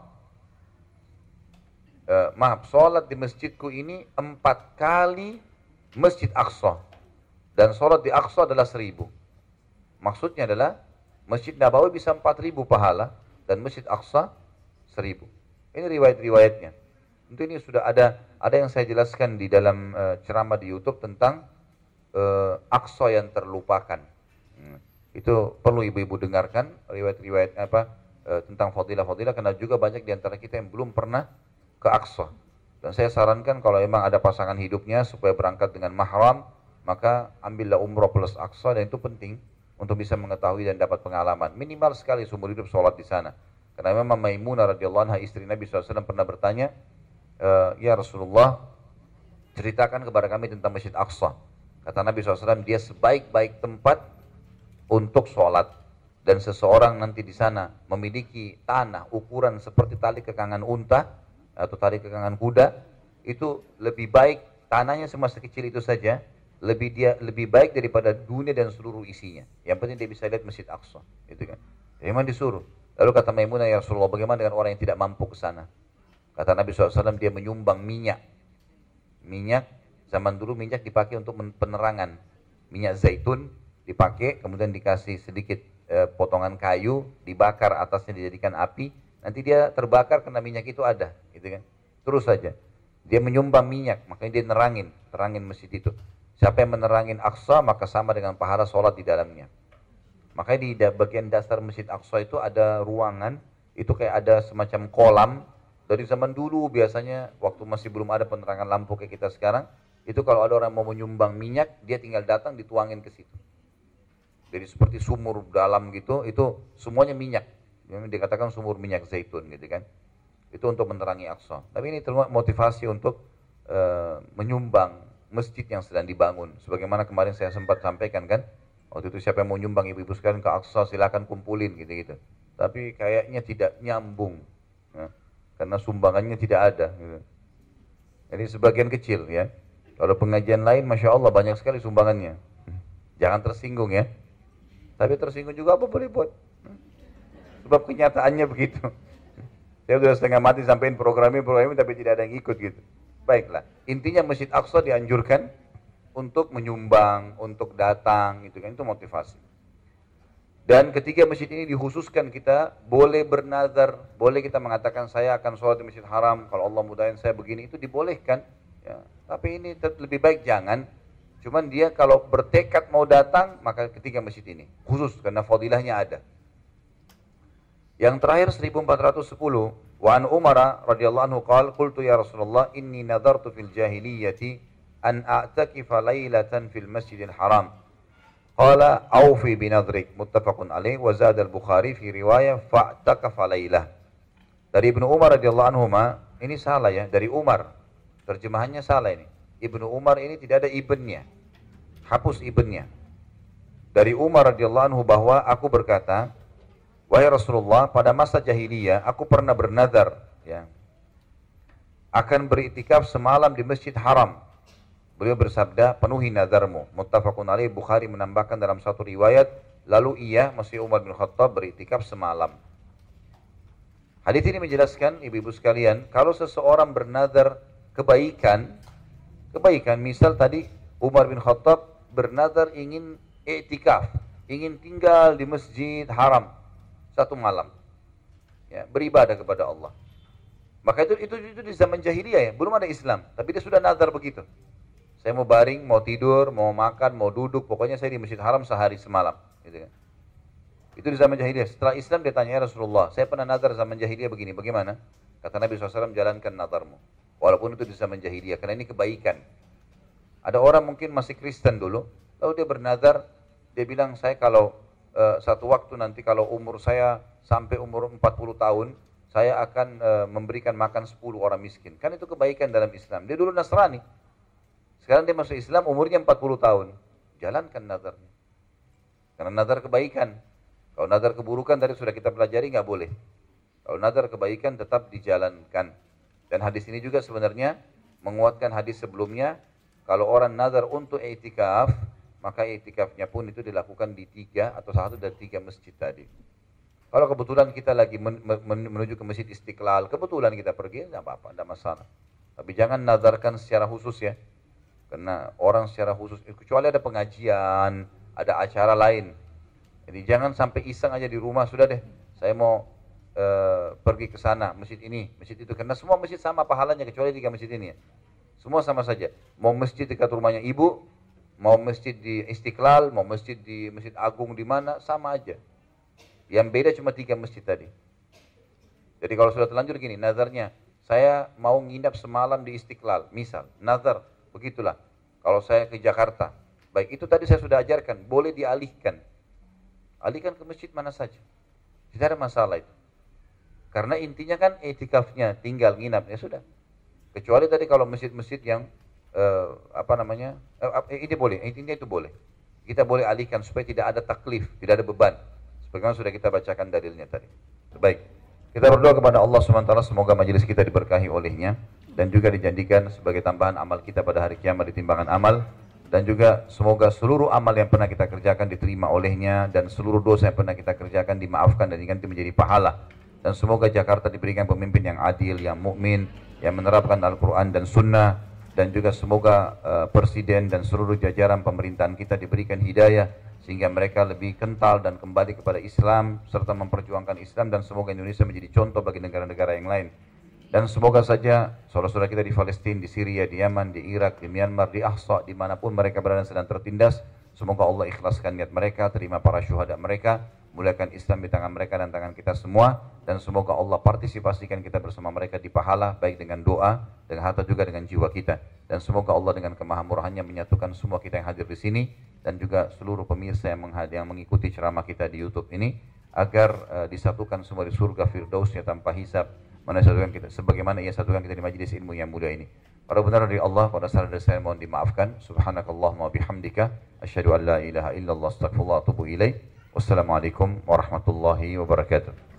eh, maaf, sholat di masjidku ini empat kali Masjid Aqsa, dan sholat di Aqsa adalah seribu. Maksudnya adalah Masjid Nabawi bisa empat ribu pahala, dan Masjid Aqsa seribu. Ini riwayat-riwayatnya. Tentu ini sudah ada ada yang saya jelaskan di dalam uh, ceramah di YouTube tentang uh, Aqsa yang terlupakan. Hmm. Itu perlu ibu-ibu dengarkan riwayat-riwayat apa uh, tentang fadilah-fadilah, karena juga banyak di antara kita yang belum pernah ke Aqsa. Dan saya sarankan kalau memang ada pasangan hidupnya supaya berangkat dengan mahram, maka ambillah umroh plus Aqsa, dan itu penting untuk bisa mengetahui dan dapat pengalaman. Minimal sekali seumur hidup sholat di sana. Karena memang Maimunah radhiyallahu anha istri Nabi shallallahu alaihi wasallam pernah bertanya, e, ya Rasulullah, ceritakan kepada kami tentang Masjid Aqsa. Kata Nabi shallallahu alaihi wasallam, dia sebaik-baik tempat untuk sholat. Dan seseorang nanti di sana memiliki tanah ukuran seperti tali kekangan unta atau tali kekangan kuda, itu lebih baik, tanahnya cuma sekecil itu saja, lebih dia lebih baik daripada dunia dan seluruh isinya. Yang penting dia bisa lihat Masjid Aqsa, gitu kan. Memang disuruh. Lalu kata Maimunah, ya Rasulullah, bagaimana dengan orang yang tidak mampu ke sana? Kata Nabi shallallahu alaihi wasallam, dia menyumbang minyak. Minyak, zaman dulu minyak dipakai untuk penerangan. Minyak zaitun dipakai, kemudian dikasih sedikit e, potongan kayu, dibakar, atasnya dijadikan api. Nanti dia terbakar karena minyak itu ada, gitu kan. Terus saja. Dia menyumbang minyak, makanya dia nerangin, terangin masjid itu. Siapa yang menerangin Aqsa, maka sama dengan pahala sholat di dalamnya. Makanya di bagian dasar Masjid Aqsa itu ada ruangan, itu kayak ada semacam kolam. Dari zaman dulu biasanya waktu masih belum ada penerangan lampu kayak kita sekarang, itu kalau ada orang mau menyumbang minyak, dia tinggal datang dituangin ke situ. Jadi seperti sumur dalam gitu, itu semuanya minyak. Memang dikatakan sumur minyak zaitun gitu kan. Itu untuk menerangi Aqsa. Tapi ini termasuk motivasi untuk uh, menyumbang masjid yang sedang dibangun. Sebagaimana kemarin saya sempat sampaikan kan, waktu itu siapa yang mau nyumbang ibu-ibu sekalian ke Aqsa silakan kumpulin gitu-gitu. Tapi kayaknya tidak nyambung, ya, karena sumbangannya tidak ada. Gitu. Jadi sebagian kecil ya. Kalau pengajian lain, masya Allah banyak sekali sumbangannya. Jangan tersinggung ya. Tapi tersinggung juga apa boleh buat. Sebab kenyataannya begitu. Saya sudah setengah mati sampein programnya, programnya tapi tidak ada yang ikut gitu. Baiklah, intinya Masjid Aqsa dianjurkan untuk menyumbang, untuk datang, itu kan, itu motivasi. Dan ketika masjid ini dikhususkan, kita boleh bernazar, boleh kita mengatakan saya akan sholat di Masjid Haram, kalau Allah mudahin saya begini, itu dibolehkan. Ya. Tapi ini lebih baik jangan. Cuman dia kalau bertekad mau datang, maka ketiga masjid ini khusus karena fadilahnya ada. Yang terakhir seribu empat ratus sepuluh, wa an Umar radhiyallahu anhu qala qultu ya Rasulullah inni nadartu fil jahiliyyati an a'takifa lailatan fil Masjidil Haram. Qala awfi binadrik, muttafaqun alaih, wa zada al-Bukhari fi riwayah fa'takafa lailah. Dari Ibnu Umar radhiyallahu anhu, ini salah ya, dari Umar. Terjemahannya salah ini. Ibnu Umar ini tidak ada ibnnya. Hapus ibnnya. Dari Umar radhiyallahu anhu bahwa aku berkata, wahai Rasulullah, pada masa jahiliyah aku pernah bernazar, ya, akan beriktikaf semalam di Masjid Haram. Beliau bersabda, penuhi nazarmu. Muttafaqun alaih, Bukhari menambahkan dalam satu riwayat, lalu ia, maksudnya Umar bin Khattab, beriktikaf semalam. Hadis ini menjelaskan, ibu-ibu sekalian, kalau seseorang bernazar kebaikan, kebaikan, misal tadi Umar bin Khattab bernazar ingin iktikaf, ingin tinggal di Masjid Haram satu malam, ya, beribadah kepada Allah. Maka itu, itu itu di zaman jahiliyah ya, belum ada Islam, tapi dia sudah nazar begitu. Saya mau baring, mau tidur, mau makan, mau duduk, pokoknya saya di Masjid Haram sehari semalam, gitu kan. Itu di zaman jahiliyah. Setelah Islam dia tanya, ya Rasulullah, saya pernah nazar zaman jahiliyah begini, bagaimana? Kata Nabi shallallahu alaihi wasallam, jalankan nazarmu. Walaupun itu di zaman jahiliyah, karena ini kebaikan. Ada orang mungkin masih Kristen dulu, lalu dia bernazar, dia bilang, saya kalau uh, satu waktu nanti kalau umur saya sampai umur empat puluh tahun, saya akan uh, memberikan makan sepuluh orang miskin. Kan itu kebaikan dalam Islam. Dia dulu Nasrani. Sekarang dia masuk Islam, umurnya empat puluh tahun. Jalankan nazarnya. Karena nazar kebaikan. Kalau nazar keburukan tadi sudah kita pelajari, nggak boleh. Kalau nazar kebaikan tetap dijalankan. Dan hadis ini juga sebenarnya menguatkan hadis sebelumnya. Kalau orang nazar untuk i'tikaf, maka i'tikafnya pun itu dilakukan di tiga atau satu dari tiga masjid tadi. Kalau kebetulan kita lagi men men menuju ke Masjid Istiqlal, kebetulan kita pergi, nggak apa-apa, nggak masalah. Tapi jangan nazarkan secara khusus ya. Karena orang secara khusus, kecuali ada pengajian, ada acara lain. Jadi jangan sampai iseng aja di rumah, sudah deh, saya mau e, pergi ke sana, masjid ini, masjid itu. Karena semua masjid sama pahalanya, kecuali tiga masjid ini ya. Semua sama saja. Mau masjid dekat rumahnya ibu, mau masjid di Istiqlal, mau masjid di Masjid Agung di mana, sama aja. Yang beda cuma tiga masjid tadi. Jadi kalau sudah terlanjur gini, nazarnya, saya mau nginap semalam di Istiqlal, misal, nazar. Begitulah, kalau saya ke Jakarta, baik itu tadi saya sudah ajarkan, boleh dialihkan. Alihkan ke masjid mana saja. Tidak ada masalah itu. Karena intinya kan i'tikafnya, tinggal nginap, ya sudah. Kecuali tadi kalau masjid-masjid yang, uh, apa namanya, uh, ini boleh, intinya itu boleh. Kita boleh alihkan supaya tidak ada taklif, tidak ada beban. Sebagaimana sudah kita bacakan dalilnya tadi. Baik, kita berdoa kepada Allah subhanahu wa taala, semoga majelis kita diberkahi olehnya. Dan juga dijadikan sebagai tambahan amal kita pada hari kiamat di timbangan amal. Dan juga semoga seluruh amal yang pernah kita kerjakan diterima olehnya. Dan seluruh dosa yang pernah kita kerjakan dimaafkan dan diganti menjadi pahala. Dan semoga Jakarta diberikan pemimpin yang adil, yang mukmin, yang menerapkan Al-Quran dan Sunnah. Dan juga semoga uh, Presiden dan seluruh jajaran pemerintahan kita diberikan hidayah. Sehingga mereka lebih kental dan kembali kepada Islam. Serta memperjuangkan Islam. Dan semoga Indonesia menjadi contoh bagi negara-negara yang lain. Dan semoga saja saudara-saudara kita di Palestina, di Syria, di Yaman, di Irak, di Myanmar, di Ahsa, dimanapun mereka berada sedang tertindas, semoga Allah ikhlaskan niat mereka, terima para syuhada mereka, muliakan Islam di tangan mereka dan tangan kita semua, dan semoga Allah partisipasikan kita bersama mereka di pahala, baik dengan doa, dengan harta juga dengan jiwa kita. Dan semoga Allah dengan kemahamurahannya menyatukan semua kita yang hadir di sini, dan juga seluruh pemirsa yang, yang mengikuti ceramah kita di YouTube ini, agar uh, disatukan semua di surga firdausnya tanpa hisab. Mana satukan kita, sebagaimana ia satukan kita di majlis ilmu yang mulia ini. Para benar dari Allah, pada salah dari saya mohon dimaafkan. Subhanakallahumma bihamdika, asyhadu an la ilaha illallah, astaghfirullah wa atubu ilaih. Wassalamualaikum warahmatullahi wabarakatuh.